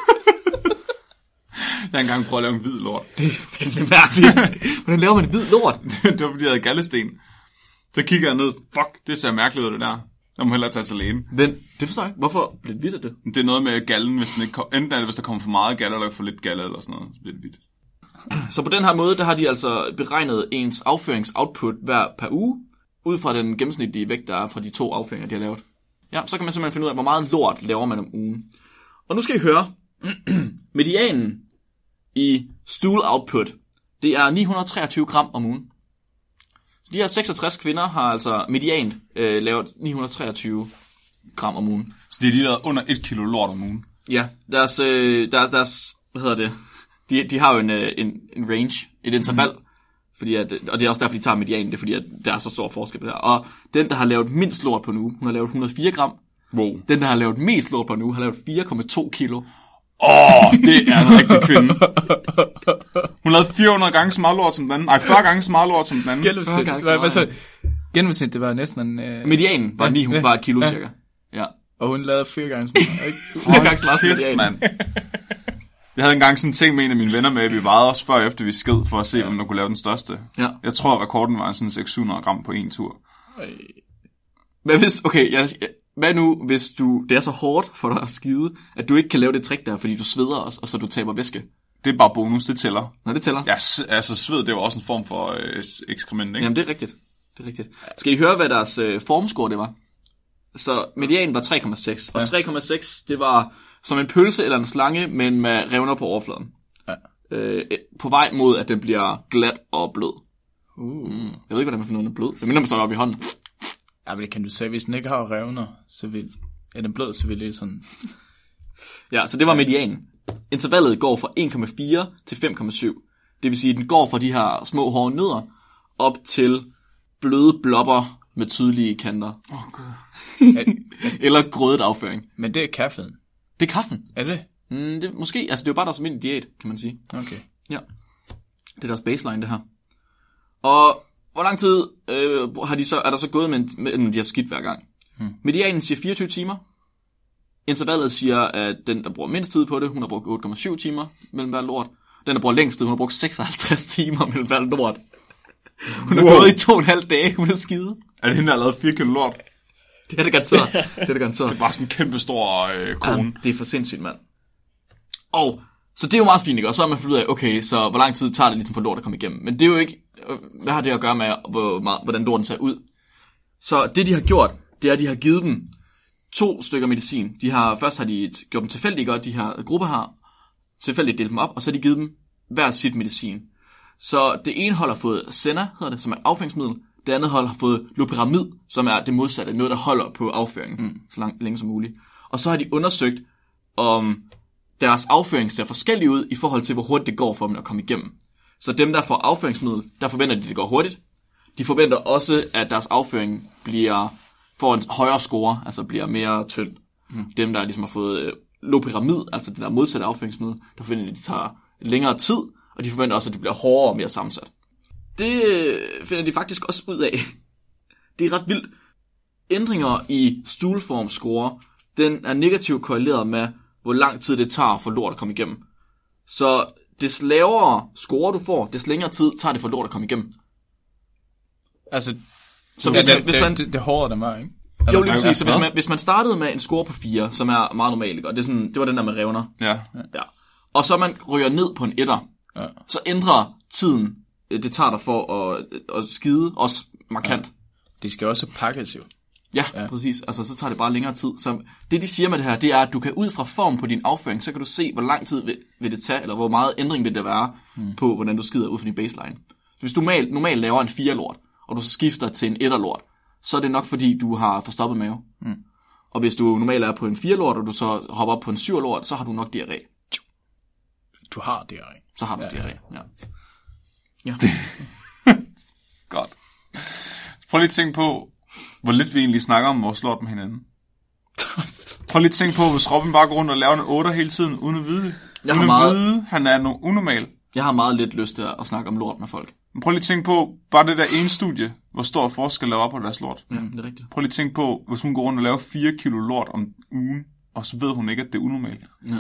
Jeg har engang prøvet at lave en hvid lort. Det er fandme mærkeligt. Hvordan laver man en hvid lort? Det var fordi, jeg havde gallesten. Så kigger jeg ned, fuck, det ser mærkeligt ud, det der. Jeg må hellere tage til lægen. Det forstår jeg ikke. Hvorfor bliver det hvidt af det? Det er noget med gallen, hvis den ikke enten er det, hvis der kommer for meget galle, eller for lidt galle, eller sådan noget, så bliver det hvidt. Så på den her måde, der har de altså beregnet ens afføringsoutput hver per uge, ud fra den gennemsnitlige vægt, der er fra de 2 afføringer, de har lavet. Ja, så kan man simpelthen finde ud af, hvor meget lort laver man om ugen. Og nu skal I høre, medianen i stool output, det er 923 gram om ugen. Så de her 66 kvinder har altså mediant lavet 923 gram om ugen. Så det er de der under 1 kilo lort om ugen? Ja, deres hvad hedder det? De har jo en range, et interval, fordi og det er også derfor, de tager medianen, det er fordi, at der er så stor forskel på det her. Og den, der har lavet mindst lort på en uge, hun har lavet 104 gram. Wow. Den, der har lavet mest lort på en uge, har lavet 4,2 kilo. Det er en rigtig kvinde. Hun lavede 400 gange så meget lort som den anden. 40 gange så meget lort som den anden. Gennemsnit, det var næsten en... Medianen var 900 var et kilo cirka. Ja. Og hun lavede 4 gange så meget, ikke? 4 gange så meget som medianen. Jeg havde engang sådan en ting med en af mine venner med, at vi vejede os før efter vi sked, for at se, om der kunne lave den største. Ja. Jeg tror, rekorden var sådan 600 gram på en tur. Hvad nu, hvis det er så hårdt for dig at skide, at du ikke kan lave det trick der, fordi du sveder også, og så du taber væske? Det er bare bonus, det tæller. Nå, det tæller? Ja, altså sved, det var også en form for ekskrement, ikke? Jamen, det er rigtigt. Skal I høre, hvad deres formscore det var? Så medianen var 3,6, og 3,6, det var som en pølse eller en slange, men med revner på overfladen. Ja. På vej mod, at den bliver glat og blød. Jeg ved ikke, hvordan man finder den blød. Det minder man så op i hånden. Ja, men det kan du sige, hvis den ikke har revner, så er den blød, så vil det sådan... Ja, så det var medianen. Intervallet går fra 1,4 til 5,7. Det vil sige, at den går fra de her små hårde nødder op til bløde blobber med tydelige kanter. God. Eller grødet afføring. Men det er kaffen. Det er kaffen. Er det? Det måske, altså det er jo bare deres almindelige diæt, kan man sige. Okay. Ja. Det er deres baseline, det her. Og hvor lang tid er der så gået, med de har skidt hver gang? Medianen siger 24 timer. Intervallet siger, at den, der bruger mindst tid på det, hun har brugt 8,7 timer mellem hver lort. Den, der bruger længst tid, hun har brugt 56 timer mellem hver lort. Hun har gået i 2,5 dage, hun er skide. Er det hende, der har lavet 4 kilo lort? Det er det garanteret. Det er bare sådan en kæmpe stor kone. Ja, det er for sindssygt, mand. Og så det er jo meget fint, ikke? Og så har man fundet ud af, okay, så hvor lang tid tager det ligesom for lort at komme igennem. Men det er jo ikke, hvad har det at gøre med, hvordan lorten ser ud? Så det, de har gjort, det er, at de har givet dem 2 stykker medicin. Først har de gjort dem tilfældigt godt, de her grupper her, tilfældigt delt dem op, og så har de givet dem hver sit medicin. Så det ene hold har fået Senna, hedder det, som er et afføringsmiddel. Det andet hold har fået loperamid, som er det modsatte, noget der holder på afføringen så længe som muligt. Og så har de undersøgt, om deres afføring ser forskellig ud i forhold til, hvor hurtigt det går for dem at komme igennem. Så dem, der får afføringsmiddel, der forventer de, at det går hurtigt. De forventer også, at deres afføring får en højere score, altså bliver mere tynd. Dem, der ligesom har fået loperamid, altså det der modsatte afføringsmiddel, der forventer de, at det tager længere tid, og de forventer også, at det bliver hårdere og mere sammensat. Det finder de faktisk også ud af. Det er ret vildt. Ændringer i stoolform-score, den er negativt korreleret med, hvor lang tid det tager for lort at komme igennem. Så des lavere score du får, des længere tid tager det for lort at komme igennem. Altså, så det hårdere det var, ikke? Eller, jo, lige præcis. Så hvis man startede med en score på 4, som er meget normalt, og det var den der med revner. Ja. og så man ryger ned på en etter, så ændrer tiden, det tager dig for at skide, også markant. Ja. Det skal også pakkes jo. Ja, præcis. Altså, så tager det bare længere tid. Så det, de siger med det her, det er, at du kan ud fra form på din afføring, så kan du se, hvor lang tid vil det tage, eller hvor meget ændring vil det være på, hvordan du skider ud fra din baseline. Så hvis du normalt laver en 4-lort, og du så skifter til en 1-lort, så er det nok, fordi du har forstoppet mave. Og hvis du normalt er på en 4-lort, og du så hopper op på en 7-lort, så har du nok diarré. Du har diarré. Så har du diarré, ja. Godt. Prøv lige at tænke på, hvor lidt vi egentlig snakker om vores lort med hinanden. Prøv lige at tænke på, hvis Robin bare går rundt og laver en 8 hele tiden, uden at vide det. Han er unormal. Jeg har meget lidt lyst til at snakke om lort med folk. Men prøv lige at tænke på, bare det der ene studie, hvor stor forskel laver op på deres lort. Ja, det er rigtigt. Prøv lige at tænke på, hvis hun går rundt og laver 4 kilo lort om ugen, og så ved hun ikke, at det er unormalt. Ja.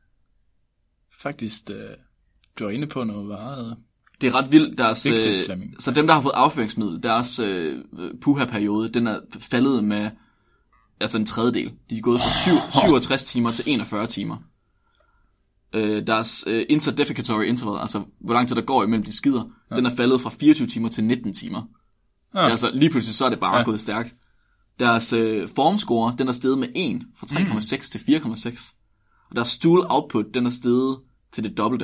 Faktisk, du er inde på noget meget... Det er ret vildt, så dem, der har fået afføringsmiddel, deres puha-periode, den er faldet med altså en tredjedel. De er gået fra 67 timer til 41 timer. Deres interdefecatory interval, altså hvor lang tid der går imellem de skider, den er faldet fra 24 timer til 19 timer. Ja. Altså lige pludselig så er det bare gået stærkt. Deres formscore, den er steget med 1, fra 3,6 til 4,6. Og deres stool output, den er steget til det dobbelte.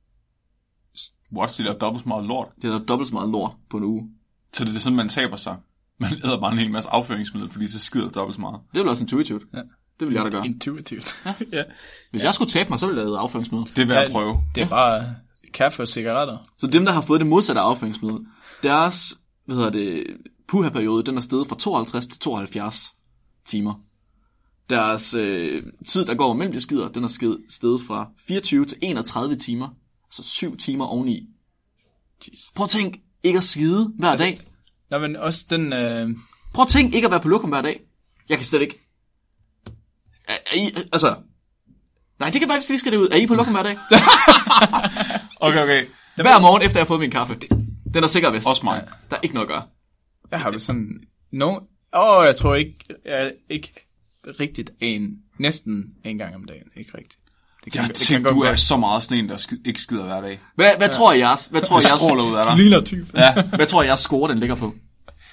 What? Så det er dobbelt så meget lort? Det er dobbelt så meget lort på en uge. Så det er sådan, man taber sig. Man æder bare en hel masse afføringsmiddel, fordi så skider dobbelt så meget. Det er vel også intuitivt. Ja. Det vil jeg da gøre. Intuitivt. Ja. Hvis jeg skulle tabe mig, så ville jeg æde afføringsmiddel. Det vil jeg prøve. Det er bare kaffe og cigaretter. Så dem, der har fået det modsatte af afføringsmiddel, deres puha-periode, den er steget fra 52 til 72 timer. Deres tid, der går mellem de skider, den er steget fra 24 til 31 timer. Så 7 timer oveni. Jesus. Prøv at tænk ikke at skide hver dag. Nå, men også den... Prøv at tænk ikke at være på lokum hver dag. Jeg kan slet ikke. Altså... Nej, det kan faktisk lige skal det ud. Er I på lokum hver dag? Okay. Hver morgen efter jeg har fået min kaffe. Den er sikkert vist. Også mig. Der er ikke noget at gøre. Jeg har det sådan... jeg tror ikke... Jeg er ikke rigtigt næsten en gang om dagen. Ikke rigtigt. Jeg tænker, du er så meget sådan en, der ikke skider hver dag. Hvad tror jeres... Hvad tror jeres stråler ud af dig? Ligner type. Ja. Hvad tror jeres score, den ligger på?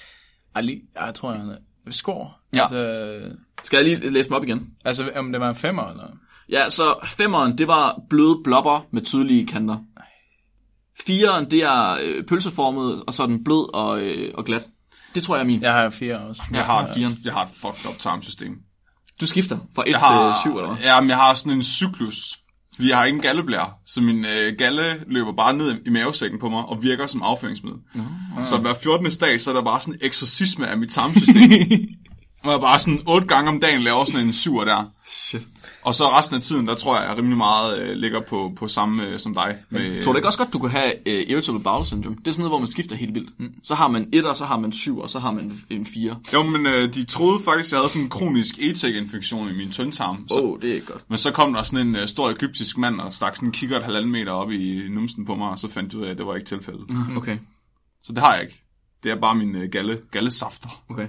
Jeg tror, jeg score. Ja. Altså, skal jeg lige læse dem op igen? Altså, om det var en 5'er, eller? Ja, så 5'eren, det var bløde blobber med tydelige kanter. 4'eren, det er pølseformet, og så er den blød og glat. Det tror jeg er min. Jeg har 4 også. Jeg har et fucked up tarmsystem. Du skifter fra 1 til 7, eller hvad? Ja, men jeg har sådan en cyklus. Fordi jeg har ikke en galleblære. Så min galle løber bare ned i mavesækken på mig og virker som afføringsmiddel. Så hver 14. dag, så er der bare sådan en eksorcisme af mit tarmsystem. Og jeg bare sådan 8 gange om dagen laver sådan en 7'er der. Shit. Og så resten af tiden, der tror jeg rimelig meget ligger på samme som dig. Tror du ikke også godt, du kunne have irritable bowel syndrome? Det er sådan noget, hvor man skifter helt vildt. Så har man 1, og så har man 7, og så har man en 4. Jo, men de troede faktisk, at jeg havde sådan en kronisk ETEC-infektion i min tyndtarm. Det er ikke godt. Men så kom der sådan en stor egyptisk mand, og stak sådan en kikkert 1,5 meter op i numsen på mig, og så fandt jeg ud af, at det var ikke tilfældet. Okay. Så det har jeg ikke. Det er bare min gallesafter. Okay.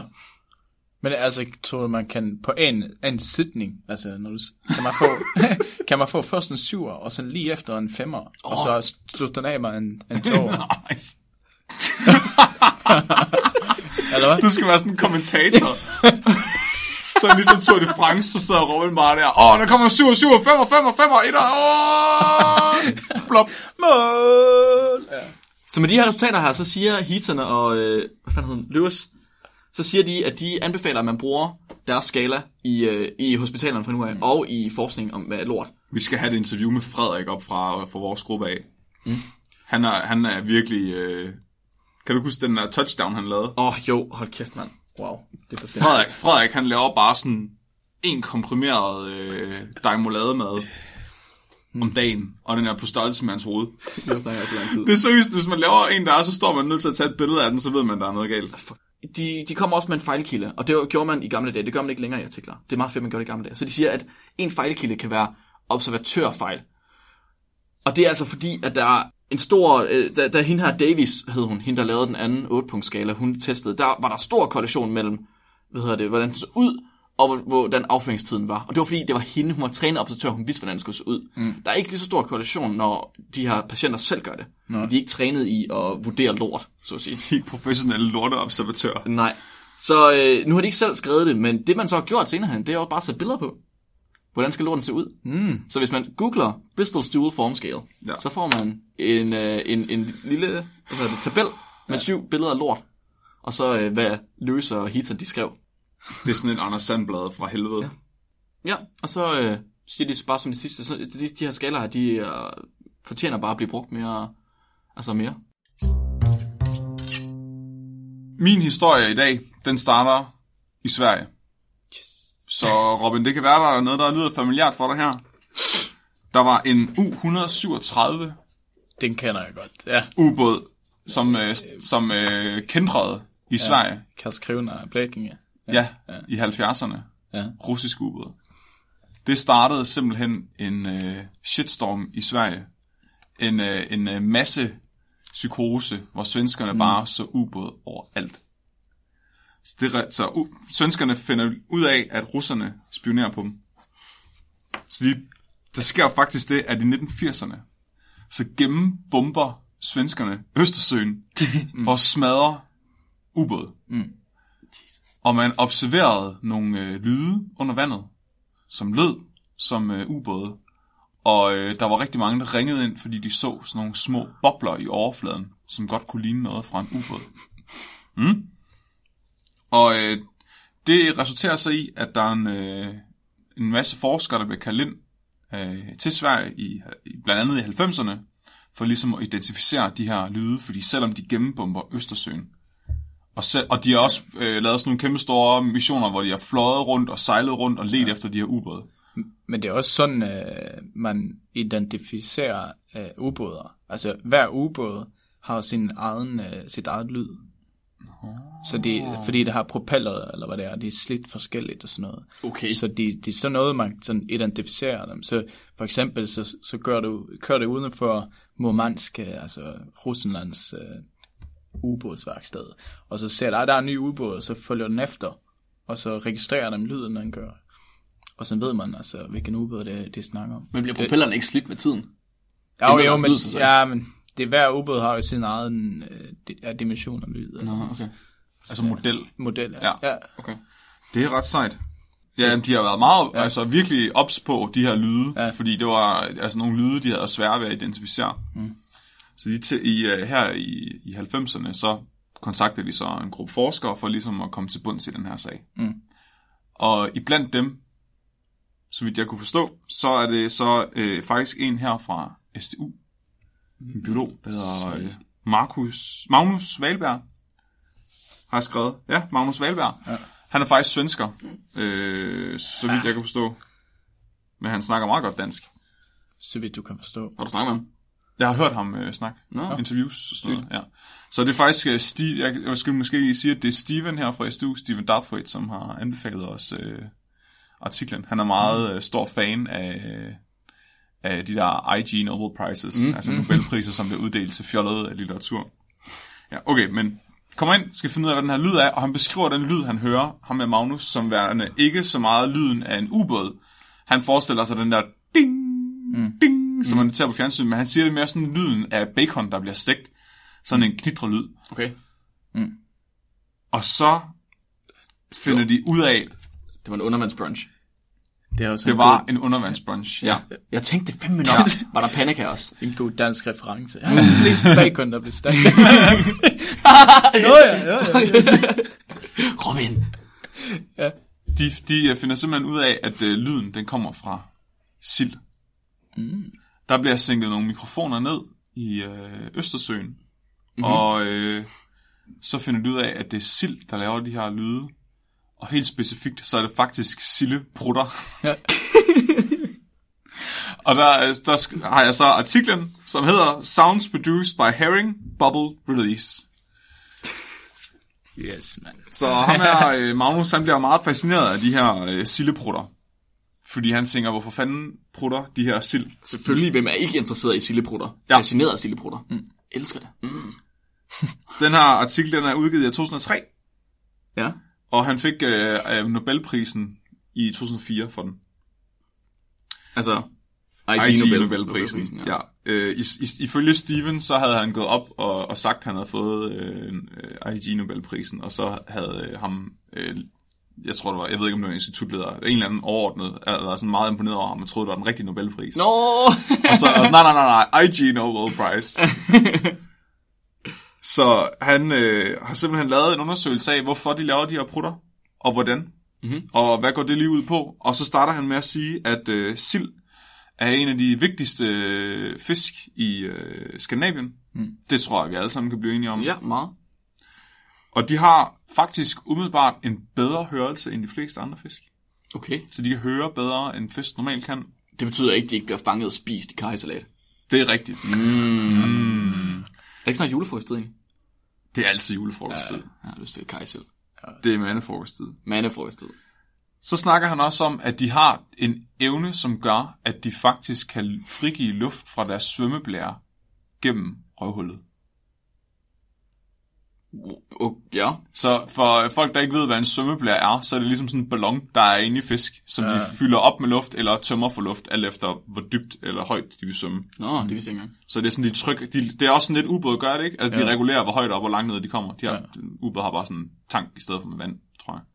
Men altså, tror du, man kan på en sætning, altså, når du, kan man få først en 7'er, og så lige efter en 5'er, og så slutte den af med en 2'er? Nice. Eller hvad? Du skal være sådan en kommentator. Så ligesom Tour de France, så sidder Robin bare der. Der kommer 7, 7, 5, 5, 5, 1. Blop. Mål! Ja. Så med de her resultater her, så siger Heaton og Lewis, så siger de, at de anbefaler, at man bruger deres skala i hospitalerne fra nu af, og i forskning om, hvad er lort. Vi skal have et interview med Frederik op fra vores gruppe af. Han er virkelig... Kan du huske den der touchdown, han lavede? Jo, hold kæft, mand. Wow, det er for sindssygt. Frederik, han laver bare sådan en komprimeret dejmolademad om dagen, og den er på størrelse med hans hoved. Det snakker jeg for lang tid. Det er seriøst, hvis man laver en der, så står man nødt til at tage et billede af den, så ved man, der er noget galt. De kommer også med en fejlkilde, og det gjorde man i gamle dage. Det gør man ikke længere i artikler. Det er meget fedt, man gjorde det i gamle dage. Så de siger, at en fejlkilde kan være observatørfejl. Og det er altså fordi, at der er en stor... Da hende her Davis, hed hun, hende der lavede den anden 8-punktsskala, hun testede, der var der stor korrelation mellem, hvordan den så ud, og hvor den afføringstiden var. Og det var fordi, det var hende, hun var trænet observatør, hun vidste, hvordan den skulle se ud. Der er ikke lige så stor korrelation, når de her patienter selv gør det. De er ikke trænet i at vurdere lort, så at sige. De er ikke professionelle lorteobservatører. Nej. Så nu har de ikke selv skrevet det, men det man så har gjort senere hen, det er jo bare at sætte billeder på. Hvordan skal lorten se ud? Så hvis man googler Bristol Stool Form Scale, så får man en lille tabel med 7 billeder af lort. Og så hvad Lewis og Heaton de skrev. Det er sådan et Anders Sandblad fra helvede. Ja, og så siger de bare som det sidste, så de her skalaer her, de fortjener bare at blive brugt mere. Min historie i dag, den starter i Sverige. Så Robin, det kan være, der er noget, der lyder familiært for dig her. Der var en U-137. Den kender jeg godt, ja. Ubåd, som kændrede i Sverige. Karlskrona og Blekinge. Ja, i 70'erne. Ja. Russisk ubåd. Det startede simpelthen en shitstorm i Sverige. En masse psykose, hvor svenskerne bare så ubåd overalt. Så svenskerne finder ud af, at russerne spionerer på dem. Så der sker faktisk det, at i 1980'erne, så gennembomber svenskerne Østersøen for at smadre ubåd. Og man observerede nogle lyde under vandet, som lød som ubåde. Og der var rigtig mange, der ringede ind, fordi de så sådan nogle små bobler i overfladen, som godt kunne ligne noget fra en ubåd. Og det resulterer så i, at der er en masse forskere, der bliver kaldt ind til Sverige, blandt andet i 90'erne, for ligesom at identificere de her lyde, fordi selvom de gennembomber Østersøen, og de har også lavet sådan nogle kæmpe store missioner, hvor de har fløjet rundt og sejlet rundt og ledt efter de her ubåde. Men det er også sådan, man identificerer ubåder. Altså hver ubåd har sit eget lyd. Så fordi det har propeller, eller hvad det er, de er slidt forskelligt og sådan noget. Okay. Så det er sådan noget, man sådan identificerer dem. Så for eksempel, så kører det uden for Murmansk, altså Ruslands ubådsværksted. Og så ser der er en ny ubåd, og så følger den efter, og så registrerer den lyden, den gør. Og så ved man altså, hvilken ubåd det snakker om. Men bliver propellerne ikke slidt med tiden? Men det hver ubåd har jo sin egen dimension af lyd. Okay. Altså model, ja. Okay. Det er ret sejt. Ja, de har været meget, virkelig ops på de her lyde, fordi det var altså nogle lyde, de havde svært ved at identificere. Så her i 90'erne, så kontaktede de så en gruppe forskere for ligesom at komme til bunds i den her sag. Og iblandt dem, så vidt jeg kunne forstå, så er det så faktisk en her fra SDU, en biolog, der hedder Magnus Wahlberg, har jeg skrevet. Ja, Magnus Wahlberg. Ja. Han er faktisk svensker, så vidt jeg kan forstå. Men han snakker meget godt dansk. Så vidt du kan forstå. Har du snakket med ham? Jeg har hørt ham snakke. Interviews og sådan noget. Ja. Så det er faktisk jeg skulle måske sige, at det er Steven her fra SDU, Steven Darthwaite, som har anbefalet os artiklen. Han er meget stor fan af de der IG Nobel Prizes, altså Nobelpriser, som bliver uddelt til fjollet litteratur. Ja, okay, men kommer ind, skal finde ud af, hvad den her lyd er, og han beskriver den lyd, han hører, ham med Magnus, som værende ikke så meget lyden af en ubåd. Han forestiller sig den der ding, ding, som man ser på fjernsyn, men han siger det mere sådan lyden af bacon, der bliver stegt. Sådan en knitrelyd. Okay. Og så finder de ud af... Det var en undervandsbrunch. Det var en undervandsbrunch. Ja. Jeg tænkte 5 minutter. Var der panika også? En god dansk reference. Ja, lidt bacon, der blev stegt. Robin. Ja. De finder simpelthen ud af, at lyden den kommer fra sild. Der bliver sænket nogle mikrofoner ned i Østersøen. Og så finder de ud af, at det er sild, der laver de her lyde. Og helt specifikt, så er det faktisk sildeprutter. Ja. Og der har jeg så artiklen, som hedder Sounds Produced by Herring Bubble Release. Yes, man. Så ham her, Magnus, han bliver meget fascineret af de her sildeprutter. Fordi han tænker, hvorfor fanden prutter de her sild? Selvfølgelig, hvem er ikke interesseret i sildeprutter? Ja. Fascineret af sildeprutter. Elsker det. Så den her artikel, den er udgivet i 2003. Ja. Og han fik Nobelprisen i 2004 for den. Altså, IG Nobelprisen. Ja. Ifølge Steven, så havde han gået op og sagt, at han havde fået IG Nobelprisen, og så havde ham, jeg tror det var, jeg ved ikke om det var institutleder, en eller anden overordnet, eller sådan meget imponeret over ham, og troede det var den rigtige Nobelpris. No! Og så, nej, IG Nobel Prize. Så han har simpelthen lavet en undersøgelse af, hvorfor de laver de her prutter, og hvordan, og hvad går det lige ud på. Og så starter han med at sige, at sild er en af de vigtigste fisk i Skandinavien. Det tror jeg, vi alle sammen kan blive enige om. Ja, meget. Og de har faktisk umiddelbart en bedre hørelse end de fleste andre fisk. Okay. Så de kan høre bedre, end fisk normalt kan. Det betyder ikke, at de ikke bliver fanget og spist i karrysalat. Det er rigtigt. Er det ikke snart julefrokosttid egentlig? Det er altid julefrokosttid. Jeg har lyst til karrysild. Det er mandefrokosttid. Mandefrokosttid. Så snakker han også om, at de har en evne, som gør, at de faktisk kan frigive luft fra deres svømmeblære gennem røvhullet. Ja. Så for folk, der ikke ved, hvad en svømmeblære er, så er det ligesom sådan en ballon, der er inde i fisk, som de fylder op med luft eller tømmer for luft, alt efter hvor dybt eller højt de vil svømme. Nå, det vidste jeg ikke engang. Så det er sådan, de trykker, det er også sådan lidt ubåd, gør det ikke? Altså de regulerer, hvor højt op og hvor langt ned de kommer. Ubåd har bare sådan en tank i stedet for med vand, tror jeg.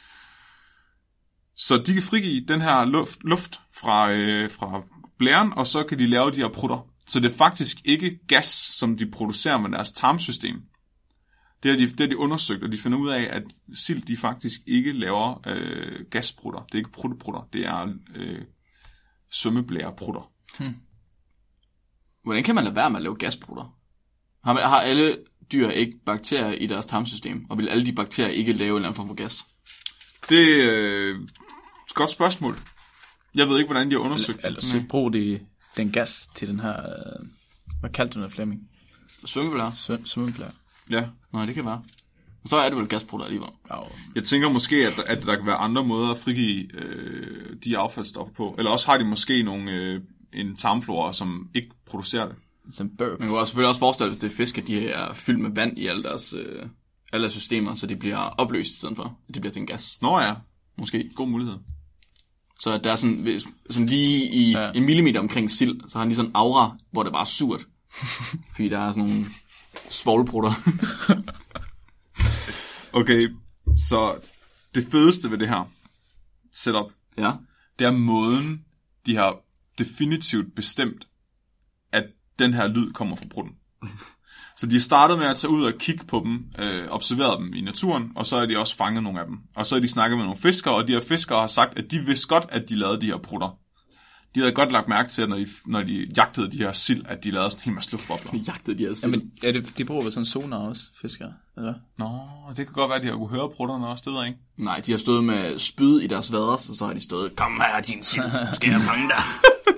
Så de kan frigive den her luft fra blæren, og så kan de lave de her prutter. Så det er faktisk ikke gas, som de producerer med deres tarmsystem. Det har de undersøgt, og de finder ud af, at sild de faktisk ikke laver gasprutter. Det er ikke prutteprutter, det er svømmeblæreprutter. Hvordan kan man lade være med at lave gasprutter? Har alle dyr ikke bakterier i deres tarmsystem, og vil alle de bakterier ikke lave en eller anden form for gas? Det er et godt spørgsmål. Jeg ved ikke, hvordan de har undersøgt det. Eller så bruger de den gas til den her, hvad kaldte du det, Flemming? Svømmeblære? Svømmeblære. Ja. Nej, det kan være. Så er det vel gasprutter alligevel. Jeg tænker måske, at der kan være andre måder at frigive de affaldsstoffer på. Eller også har de måske en tarmflora, som ikke producerer det. Som burp. Man kan selvfølgelig også forestille sig, at det er fisk, at de er fyldt med vand i alle deres systemer, så de bliver opløst i stedet for. De bliver til en gas. Nå ja. Måske. God mulighed. Så der er sådan lige i en millimeter omkring sild, så har de sådan en aura, hvor det bare er surt. Fordi der er sådan nogle svovlprutter. Okay, så det fedeste ved det her setup, det er måden, de har definitivt bestemt, at den her lyd kommer fra prutten. Så de startede med at tage ud og kigge på dem, observere dem i naturen, og så er de også fanget nogle af dem. Og så er de snakket med nogle fiskere, og de her fiskere har sagt, at de vidste godt, at de lavede de her prutter. De havde godt lagt mærke til, at når de jagtede de her sild, at de lavede sådan en hel masse luftbobler. De jagtede de her sild? Jamen, de bruger vel sådan sonar også, fiskere, eller? Nå, det kan godt være, at de har kunne høre prutterne også, det ved jeg ikke. Nej, de har stået med spyd i deres vader, så har de stået, kom her, din sild, nu skal jeg fange dig.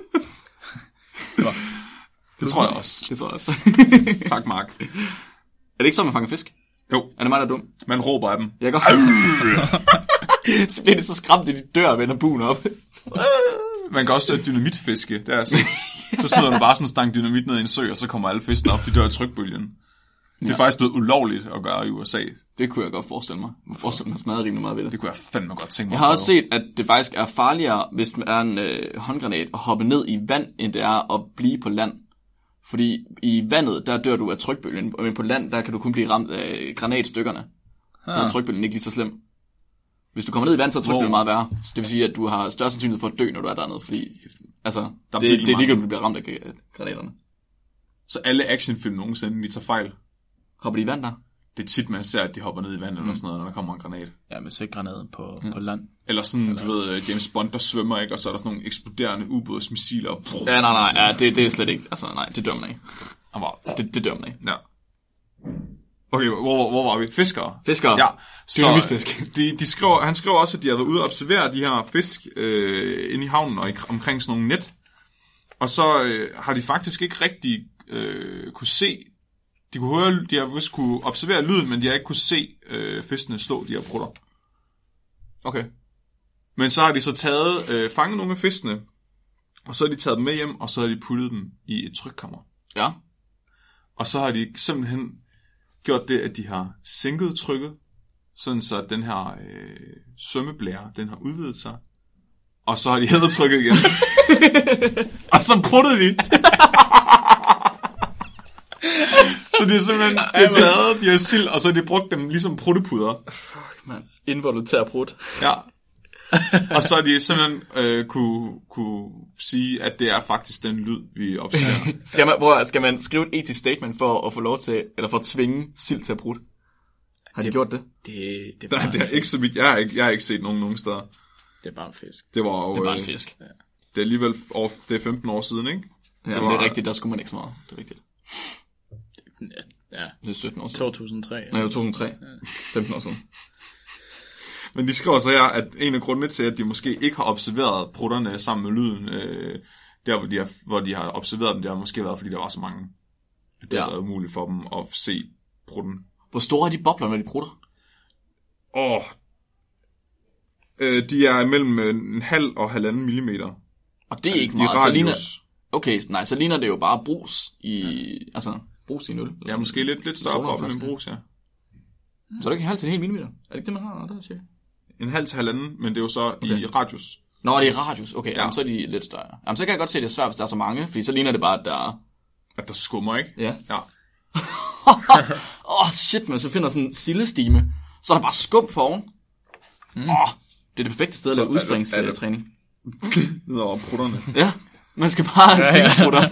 Det tror jeg også. Tak, Mark. Er det ikke så, man fanger fisk? Jo. Er det mig, der er dum? Man råber af dem. Jeg går. Så bliver det så skræmt, at de dør og vender buen op. Man kan også dynamitfiske. Det er altså. Så smider man bare sådan en stang dynamit ned i en sø, og så kommer alle fiskene op. De dør i trykbølgen. Det er faktisk blevet ulovligt at gøre i USA. Det kunne jeg godt forestille mig. Jeg forestiller mig smadret rimelig meget ved det. Det kunne jeg fandme godt tænke mig. Jeg har også set, at det faktisk er farligere, hvis der er en håndgranat, at hoppe ned i vand, end det er at blive på land. Fordi i vandet, der dør du af trykbølgen, men på land, der kan du kun blive ramt af granatstykkerne. Der er trykbølgen ikke lige så slem. Hvis du kommer ned i vand, så er trykbølgen meget værre. Så det vil sige, at du har større sandsynlighed for at dø, når du er dernede, fordi altså, det er ligegyldigt, at du bliver ramt af granaterne. Så alle actionfilm nogensinde, de tager fejl. Hopper de i vand der? Det er tit, man ser, at de hopper ned i vandet eller sådan noget, når der kommer en granat. Ja, men så ikke granaten på land. Eller sådan, du ved, James Bond, der svømmer, ikke? Og så er der sådan nogle eksploderende ubådsmissiler. Ja, nej, det er slet ikke, altså nej, det dør man ikke. Det dør man ikke. Ja. Okay, hvor var vi? Fiskere? Fiskere. Ja. Dynamitfisk. Han skriver også, at de har været ude og observere de her fisk inde i havnen og omkring sådan nogle net. Og så har de faktisk ikke rigtig kunne se. De kunne høre, de har vist kunne observere lyden, men de har ikke kunne se fiskene slå de her prutter. Okay. Men så har de så taget, fanget nogle af fiskene, og så har de taget dem med hjem, og så har de puttet dem i et trykkammer. Ja. Og så har de simpelthen gjort det, at de har sænket trykket, sådan så den her svømmeblære, den har udvidet sig og så har de hævet trykket igen. Og så pruttede de. Så de har simpelthen taget de her sild, og så har de brugt dem ligesom pruttepuder. Fuck, mand. Involuntær prut. Ja. Og så har de simpelthen kunne sige, at det er faktisk den lyd, vi observerer. Skal man skrive et etisk statement for at få lov til, eller for at tvinge sild til at prutte? Har de gjort det? Det er ikke så vidt. Jeg har ikke set nogen steder. Det er bare en fisk. Det var en fisk. Ja. Det er alligevel det er 15 år siden, ikke? Ja, det er rigtigt. Der skulle man ikke så meget. Det er rigtigt. Ja. Det er 17 år siden. 2003. Ja. Nej, 2003. Ja. 15 år siden. Men de skriver så her, at en af grundene til, at de måske ikke har observeret prutterne sammen med lyden, der hvor de har observeret dem, det har måske været, fordi der var så mange. Det har været umuligt for dem at se prutten. Hvor store er de bobler, når de prutter? De er mellem 0,5 og 1,5 millimeter. Og det er ikke meget. Så ligner det jo bare brus brus i en øl. Ja, måske lidt større boble end brus, ja. Så er det ikke 0,5 til 1 millimeter? Er det ikke det, man har der, siger? 0,5 til 1,5, men det er jo så i radius. Nå, det er radius. Okay, ja. Jamen, så er de lidt større. Jamen, så kan jeg godt se, at det er svært, hvis der er så mange, fordi så ligner det bare, at der skummer, ikke? Ja. Ja. Shit, man så finder sådan en sildestime. Så er der bare skum foroven. Det er det perfekte sted at lave udspringstræning. Ned over prutterne. Ja, man skal bare sildeprutter.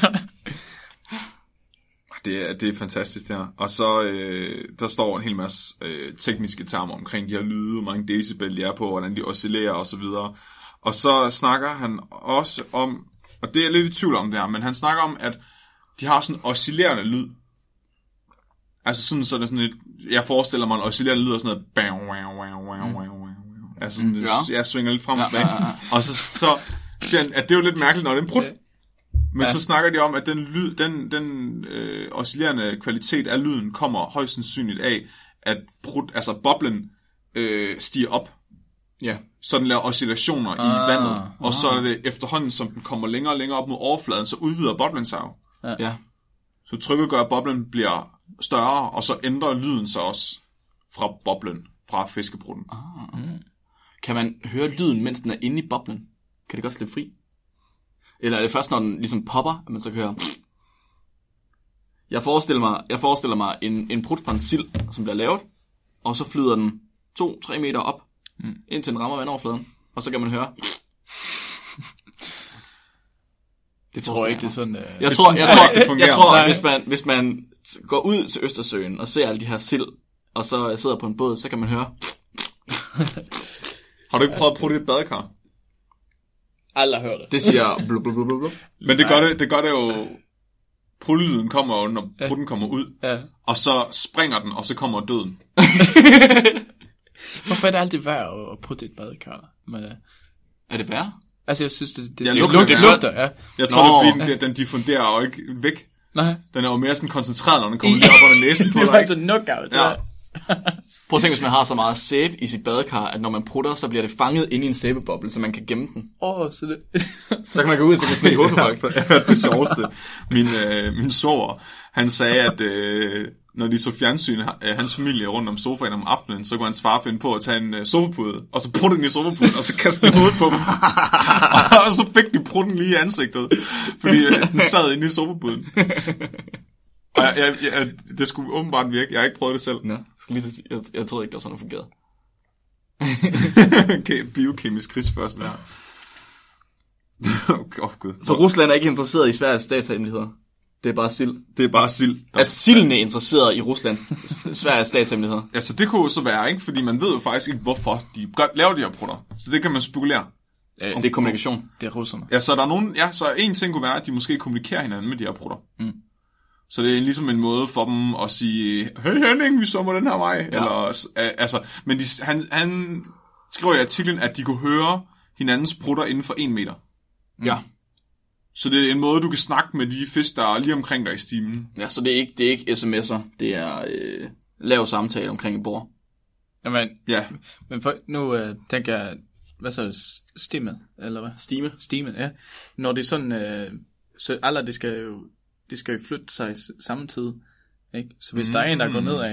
Det er fantastisk, det her. Og så der står en hel masse tekniske termer omkring de her lyde, hvor mange decibel de er på, hvordan de oscillerer og så videre. Og så snakker han også om, og det er lidt i tvivl om det her, men han snakker om, at de har sådan en oscillerende lyd. Altså sådan, så er det sådan et, jeg forestiller mig en oscillerende lyd og sådan noget, altså sådan, jeg svinger lidt frem og tilbage. Og så siger han, at det er jo lidt mærkeligt, når det er en prut. Men så snakker de om, at den lyd, den oscillerende kvalitet af lyden kommer højst sandsynligt af, at boblen stiger op. Ja. Så den laver oscillationer i vandet. Og så er det efterhånden, som den kommer længere og længere op mod overfladen, så udvider boblen sig jo. Ja. Så trykket gør, at boblen bliver større, og så ændrer lyden sig også fra boblen, fra fiskeprutten. Kan man høre lyden, mens den er inde i boblen? Kan det godt slippe fri? Eller er det først, når den ligesom popper, at man så kan høre... Jeg forestiller mig en prut fra en sild, som bliver lavet, og så flyder den 2-3 meter op, indtil den rammer vandoverfladen, og så kan man høre... Det tror jeg ikke, det er sådan... Jeg tror, at hvis man går ud til Østersøen og ser alle de her sild, og så sidder på en båd, så kan man høre... Har du ikke prøvet at prutte i et badekar? Aldrig hørt det. Det siger blub, blub, blub, blub. Men det gør det jo... Pruttelyden kommer jo, når prutten kommer ud, og så springer den, og så kommer døden. Hvorfor er det altid værd at putte et badekar? Er det værd? Altså, jeg synes, det lugter, ja. Jeg tror, det er, fordi den diffunderer jo ikke væk. Nej. Den er jo mere sådan koncentreret, når den kommer lige op under næsen på dig. Det er faktisk en knockout. Ja. Prøv at tænke, hvis man har så meget sæbe i sit badekar, at når man prutter, så bliver det fanget inde i en sæbeboble, så man kan gemme den. Så kan man gå ud og tage smid i hovedet på folk. Det sjoveste. Min svoger, han sagde, at når de så fjernsyn, hans familie rundt om sofaen om aftenen, så kunne hans far finde på at tage en sofapude, og så prutte den i sofapuden, og så kaste den i hovedet på dem. Og så fik de prutten lige i ansigtet, fordi den sad inde i sofapuden. Og det skulle åbenbart virke. Jeg har ikke prøvet det selv. Ja, jeg troede ikke, det var sådan, det fungerede. Okay, biokemisk krigsførsel her. Gud. Så Rusland er ikke interesseret i Sveriges statshemmeligheder? Det er bare sild? Det er bare sild. Er sildene interesseret i Ruslands Sveriges statshemmeligheder? Ja, så det kunne jo så være, ikke? Fordi man ved jo faktisk ikke, hvorfor de laver de her prutter. Så det kan man spekulere. Det er kommunikation. Det er russerne. Ja, så der er nogen... Ja, så en ting kunne være, at de måske kommunikerer hinanden med de her prutter. Så det er ligesom en måde for dem at sige, hey Henning, vi sommer den her vej. Ja. Eller, altså, men han skriver i artiklen, at de kunne høre hinandens prutter inden for 1 meter. Ja. Så det er en måde, du kan snakke med de fisk, der er lige omkring dig i stimen. Ja, så det er ikke sms'er, det er lav samtale omkring et bord. Jamen, ja. Men nu tænker jeg, hvad så, stime, eller hvad? Stime, ja. Når det er sådan, så alle, det skal jo flytte sig samtidig, ikke? Så hvis der er en, der går nedad,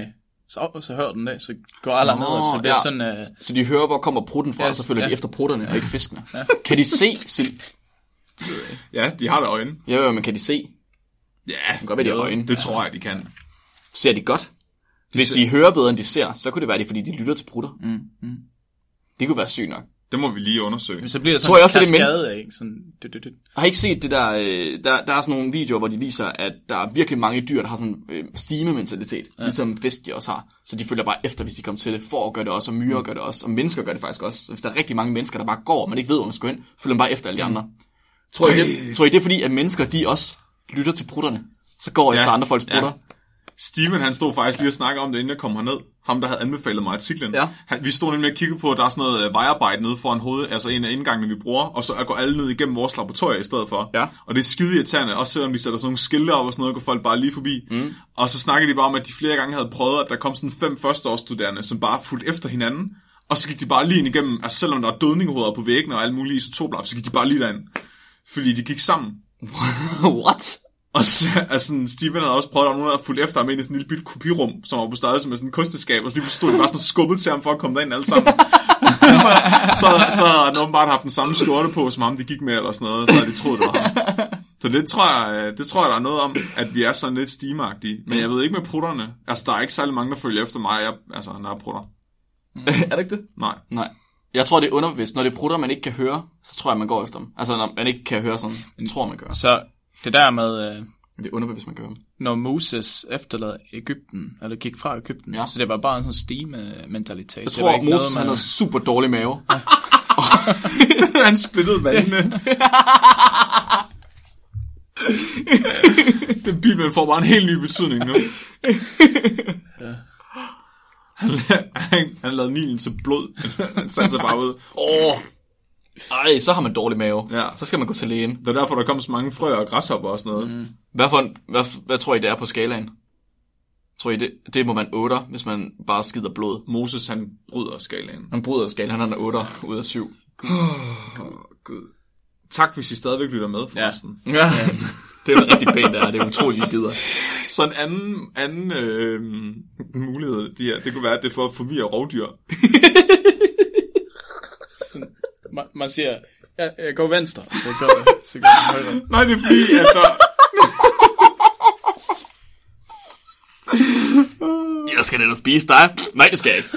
så hører den det, så går alle ned, og så bliver sådan... Så de hører, hvor kommer prutten fra, og så følger de efter prutterne, og ikke fiskene. Ja. Kan de se sild? Ja, de har da øjne. Ja, men kan de se? Ja, det kan godt være, de har øjne. Det tror jeg, de kan. Ser de godt? Hvis de hører bedre, end de ser, så kunne det være det, fordi de lytter til prutter. Det kunne være sygt nok. Det må vi lige undersøge. Men så bliver det sådan en kaskade af, sådan... Har I ikke set det der... Der er sådan nogle videoer, hvor de viser, at der er virkelig mange dyr, der har sådan stimementalitet, ligesom fisk de også har. Så de følger bare efter, hvis de kommer til det. Får gør det også, og myrer gør det også, og mennesker gør det faktisk også. Så hvis der er rigtig mange mennesker, der bare går, og man ikke ved, hvor man skal ind, følger man bare efter alle de andre. Tror I det er fordi, at mennesker, de også lytter til prutterne? Så går efter andre folks prutter? Steven, han stod faktisk lige og snakkede om det, inden jeg kom herned. Ham, der havde anbefalet mig artiklen. Ja. Vi stod nemlig og kiggede på, at der er sådan noget vejarbejde nede foran hovedet, altså en af indgangene, vi bruger, og så går alle ned igennem vores laboratorier i stedet for. Ja. Og det er skide irriterende, også selvom de sætter sådan nogle skilte op og sådan noget, går folk bare lige forbi. Og så snakkede de bare om, at de flere gange havde prøvet, at der kom sådan 5 førsteårsstuderende, som bare fulgte efter hinanden, og så gik de bare lige ind igennem, altså selvom der er dødninghoveder på væggene og alle mulige isotoplap, så gik de bare lige derind. Fordi de gik sammen. What? Og så, altså, Steven havde også prøvet, at nogen havde fulgt efter ham ind i sådan en lille bitte kopirum, som var på størrelse med sådan en kosteskab, og så lige stod de bare sådan skubbet til ham for at komme derind alle sammen. så havde han åbenbart haft den samme skjorte på, som ham de gik med, eller sådan noget, så havde de troet, det var ham. Så det tror jeg, der er noget om, at vi er sådan lidt stimagtige. Men jeg ved ikke med prutterne. Altså, der er ikke særlig mange, der følger efter mig, når jeg prutter. Er det ikke det? Nej. Jeg tror, det er underbevidst. Når det er prutter, man ikke kan høre, så tror jeg, man går efter dem. Altså, når man ikke kan høre sådan, jeg tror, man gør. Så det der med... det er underbevidst, man gør dem. Når Moses efterlod Egypten, eller gik fra Egypten, så det var bare en sådan stime-mentalitet. Jeg tror, Moses han havde super dårlig mave. Han splittede vandene. Den Bibelen får bare en helt ny betydning nu. Ja. Han lavede Nilen til blod. Han satte sig bare ud. Ej, så har man dårlig mave. Ja. Så skal man gå til lægen. Det er derfor, der kommer så mange frøer og græshopper og sådan noget. Hvad tror I, det er på skalaen? Tror I, det må man 8, hvis man bare skider blod? Moses, han bryder skalaen. Han bryder skalaen. Han er 8 ud af 7. Gud. Tak, hvis I stadigvæk lytter med, forresten. Ja. Det er rigtig pænt, det er utroligt, I gider. Så en anden mulighed, det kunne være, at det får forvirre rovdyr. Man siger, jeg går venstre, så går det højre. Nej, det er fordi, at der... Jeg skal ned og spise dig. Nej, det skal jeg ikke.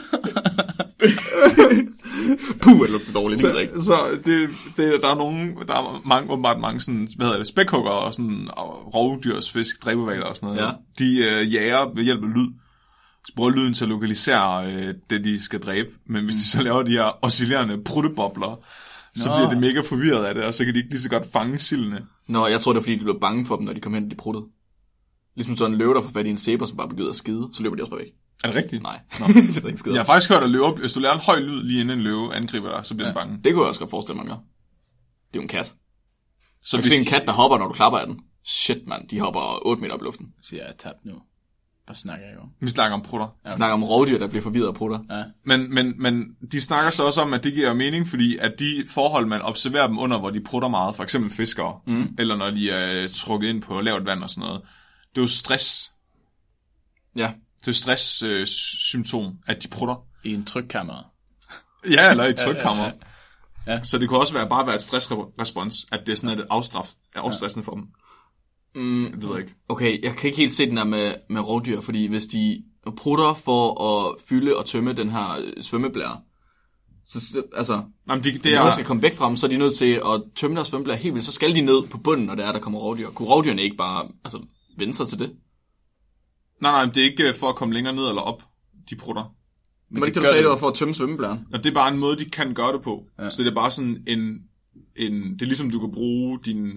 Puh, det lugter dårligt. Så der er mange sådan, spækhugger og sådan rovdyrsfisk, dræberhvaler og sådan noget. Ja. De jager ved hjælp af lyd. Så bruger lyden til at lokalisere det, de skal dræbe. Men hvis de så laver de her oscillerende pruttebobler, så bliver det mega forvirret af det, og så kan de ikke lige så godt fange sildene. Nå, jeg tror det er fordi, de blev bange for dem, når de kom hen, og de pruttede. Ligesom sådan en løve, der får fat i en zebra, som bare begynder at skide, så løber de også bare væk. Er det rigtigt? Nej. Nå, det er ikke skide. Jeg har faktisk hørt, at løver, hvis du lærer en høj lyd lige inden en løve angriber dig, så bliver den bange. Det kunne jeg også godt forestille mig, man gør. Det er jo en kat. Så hvis en kat, der hopper, når du klapper af den. Shit, mand, de hopper 8 meter op i luften. Så jeg er tabt nu. Hvad snakker jeg om? Vi snakker om prutter. Vi snakker om rovdyr, der bliver forvirret af prutter. Ja. Men de snakker så også om, at det giver mening, fordi at de forhold, man observerer dem under, hvor de prutter meget, for eksempel fiskere, eller når de er trukket ind på lavt vand og sådan noget, det er jo stress. Ja. Det er jo stress-symptom, at de prutter. I en trykkammer. Ja, eller i et trykkammer. Ja. Så det kunne også bare være et stressrespons, at det er sådan et afstressende for dem. Det ved jeg ikke. Okay, jeg kan ikke helt se den der med rovdyr, fordi hvis de prutter for at fylde og tømme den her svømmeblære, så altså, hvis de skal komme væk fra dem, så er de nødt til at tømme deres svømmeblære helt vildt, så skal de ned på bunden, når der kommer rovdyr. Kunne rovdyrene ikke bare vende sig til det? Nej, det er ikke for at komme længere ned eller op, de prutter. Men det du sagde, det var for at tømme svømmeblæren? Ja, det er bare en måde, de kan gøre det på. Ja. Så det er bare sådan det er ligesom, du kan bruge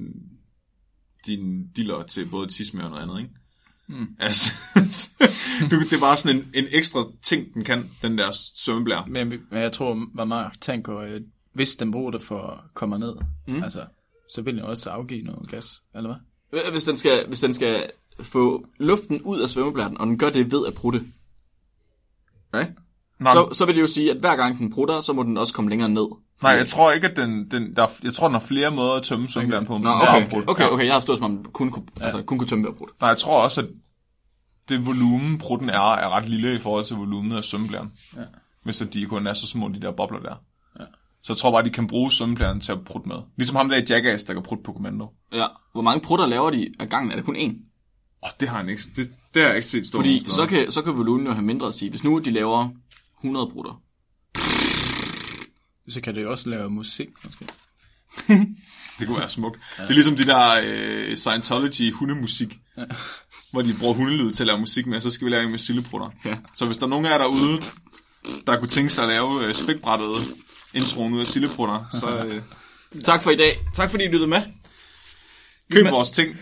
din diller til både tisme og noget andet, ikke? Altså, det er bare sådan en ekstra ting, den kan, den der svømmeblære. Men jeg tror, hvad man tænker, at hvis den bruger det for at komme ned, så vil den også afgive noget gas, eller hvad? Hvis den skal få luften ud af svømmeblæren, og den gør det ved at prutte, okay? Så vil det jo sige, at hver gang den prutter, så må den også komme længere ned. Nej, jeg tror ikke, at jeg tror, den har flere måder at tømme svømmeblæren på. Okay, jeg har forstået, som om den kun kunne tømme ved at prutte. Nej, jeg tror også, det volumen, prutten er ret lille i forhold til volumenet af svømmeblæren. Ja. Hvis de kun er så små, de der bobler der. Ja. Så jeg tror bare, de kan bruge svømmeblæren til at prutte med. Ligesom ham der i Jackass, der kan prutte på kommando. Ja. Hvor mange prutter laver de af gangen? Er det kun én? Det har jeg ikke, det har jeg ikke set stå. Fordi så kan volumen jo have mindre at sige. Hvis nu de laver 100 prutter. Så kan det jo også lave musik, måske. Det kunne være smukt. Ja. Det er ligesom de der Scientology hundemusik, hvor de bruger hundelyd til at lave musik med, så skal vi lave en med silleprutter. Ja. Så hvis der er nogen af jer derude, der kunne tænke sig at lave spækbrættet introen ud af silleprutter, så... Tak for i dag. Tak fordi I lyttede med. Køb vores ting.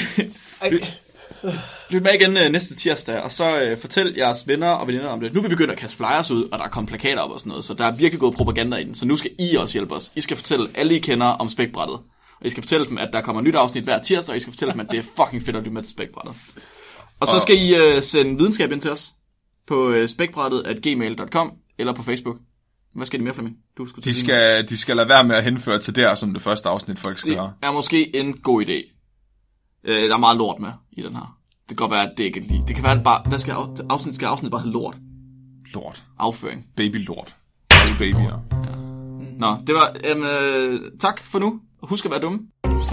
Lyt med igen næste tirsdag, og så fortæl jeres venner og veninder om det. Nu er vi begyndt at kaste flyers ud, og der er kommet plakater op og sådan noget, så der er virkelig gået propaganda i den. Så nu skal I også hjælpe os. I skal fortælle alle I kender om spækbrættet. Og I skal fortælle dem, at der kommer et nyt afsnit hver tirsdag, og I skal fortælle dem, at det er fucking fedt at lytte med til spækbrættet. Og så skal I sende videnskab ind til os på spækbrættet@gmail.com eller på Facebook. Hvad skal de mere, Flemming? De skal lade være med at henføre til der som det første afsnit, folk skal gøre. Det er måske en god idé. Der er meget lort med i den her. Det kan godt være, at det ikke er lige. Det kan være, at bare, skal afsnit bare have lort. Lort. Afføring. Baby lort. Alle babyer. Ja. Nå, det var tak for nu. Og husk at være dumme.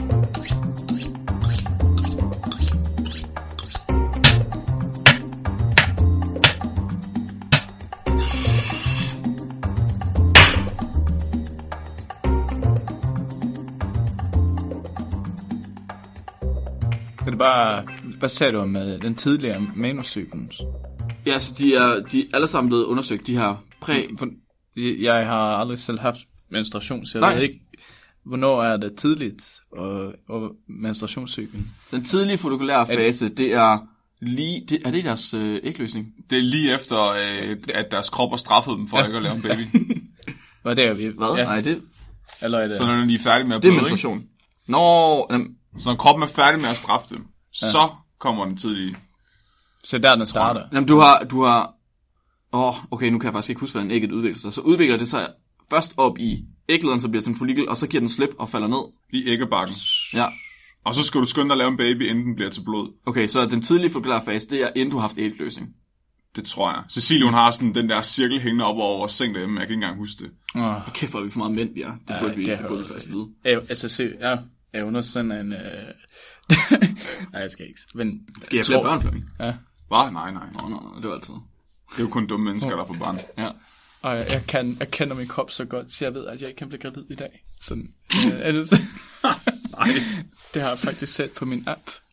Hvad sagde du om den tidligere manuscyklus? Ja, så de er alle sammen blevet undersøgt, de her Jeg har aldrig selv haft menstruation, så jeg ved ikke, hvornår er det tidligt og menstruationscyklen. Den tidlige follikulære fase, det er lige... er det deres ægløsning? Det er lige efter, at deres krop har straffet dem for ikke at lave en baby. Hvad er det? Hvad? Ja. Nej, det... Eller er det... Så når de er færdige med at bløde, det er menstruation. Så når kroppen er færdig med at straffe dem, så kommer den tidlige. Så der den starter. Jamen, du har... okay, nu kan jeg faktisk ikke huske, hvordan ægget udvikler sig. Så udvikler det sig først op i æglederen, så bliver det en follikel, og så giver den slip og falder ned. I æggebakken. Ja. Og så skal du skynde dig at lave en baby, inden den bliver til blod. Okay, så den tidlige follikulære fase, det er inden du har haft ægløsning. Det tror jeg. Cecilie, hun har sådan den der cirkel hængende op over vores seng derhjemme. Jeg kan ikke engang huske det. Kæft, hvor er vi for meget mænd, vi er. Det burde vi faktisk vide. Jeg undersender en... Nej, jeg skal ikke. Men skal jeg have børn, Flemming? Ja. Hvad? Nej. Nå, det var altid. Det er jo kun dumme mennesker, der får barn. Ja. Og jeg kender min krop så godt, så jeg ved, at jeg ikke kan blive gravid i dag. Sådan, er det så? Nej. Det har jeg faktisk set på min app.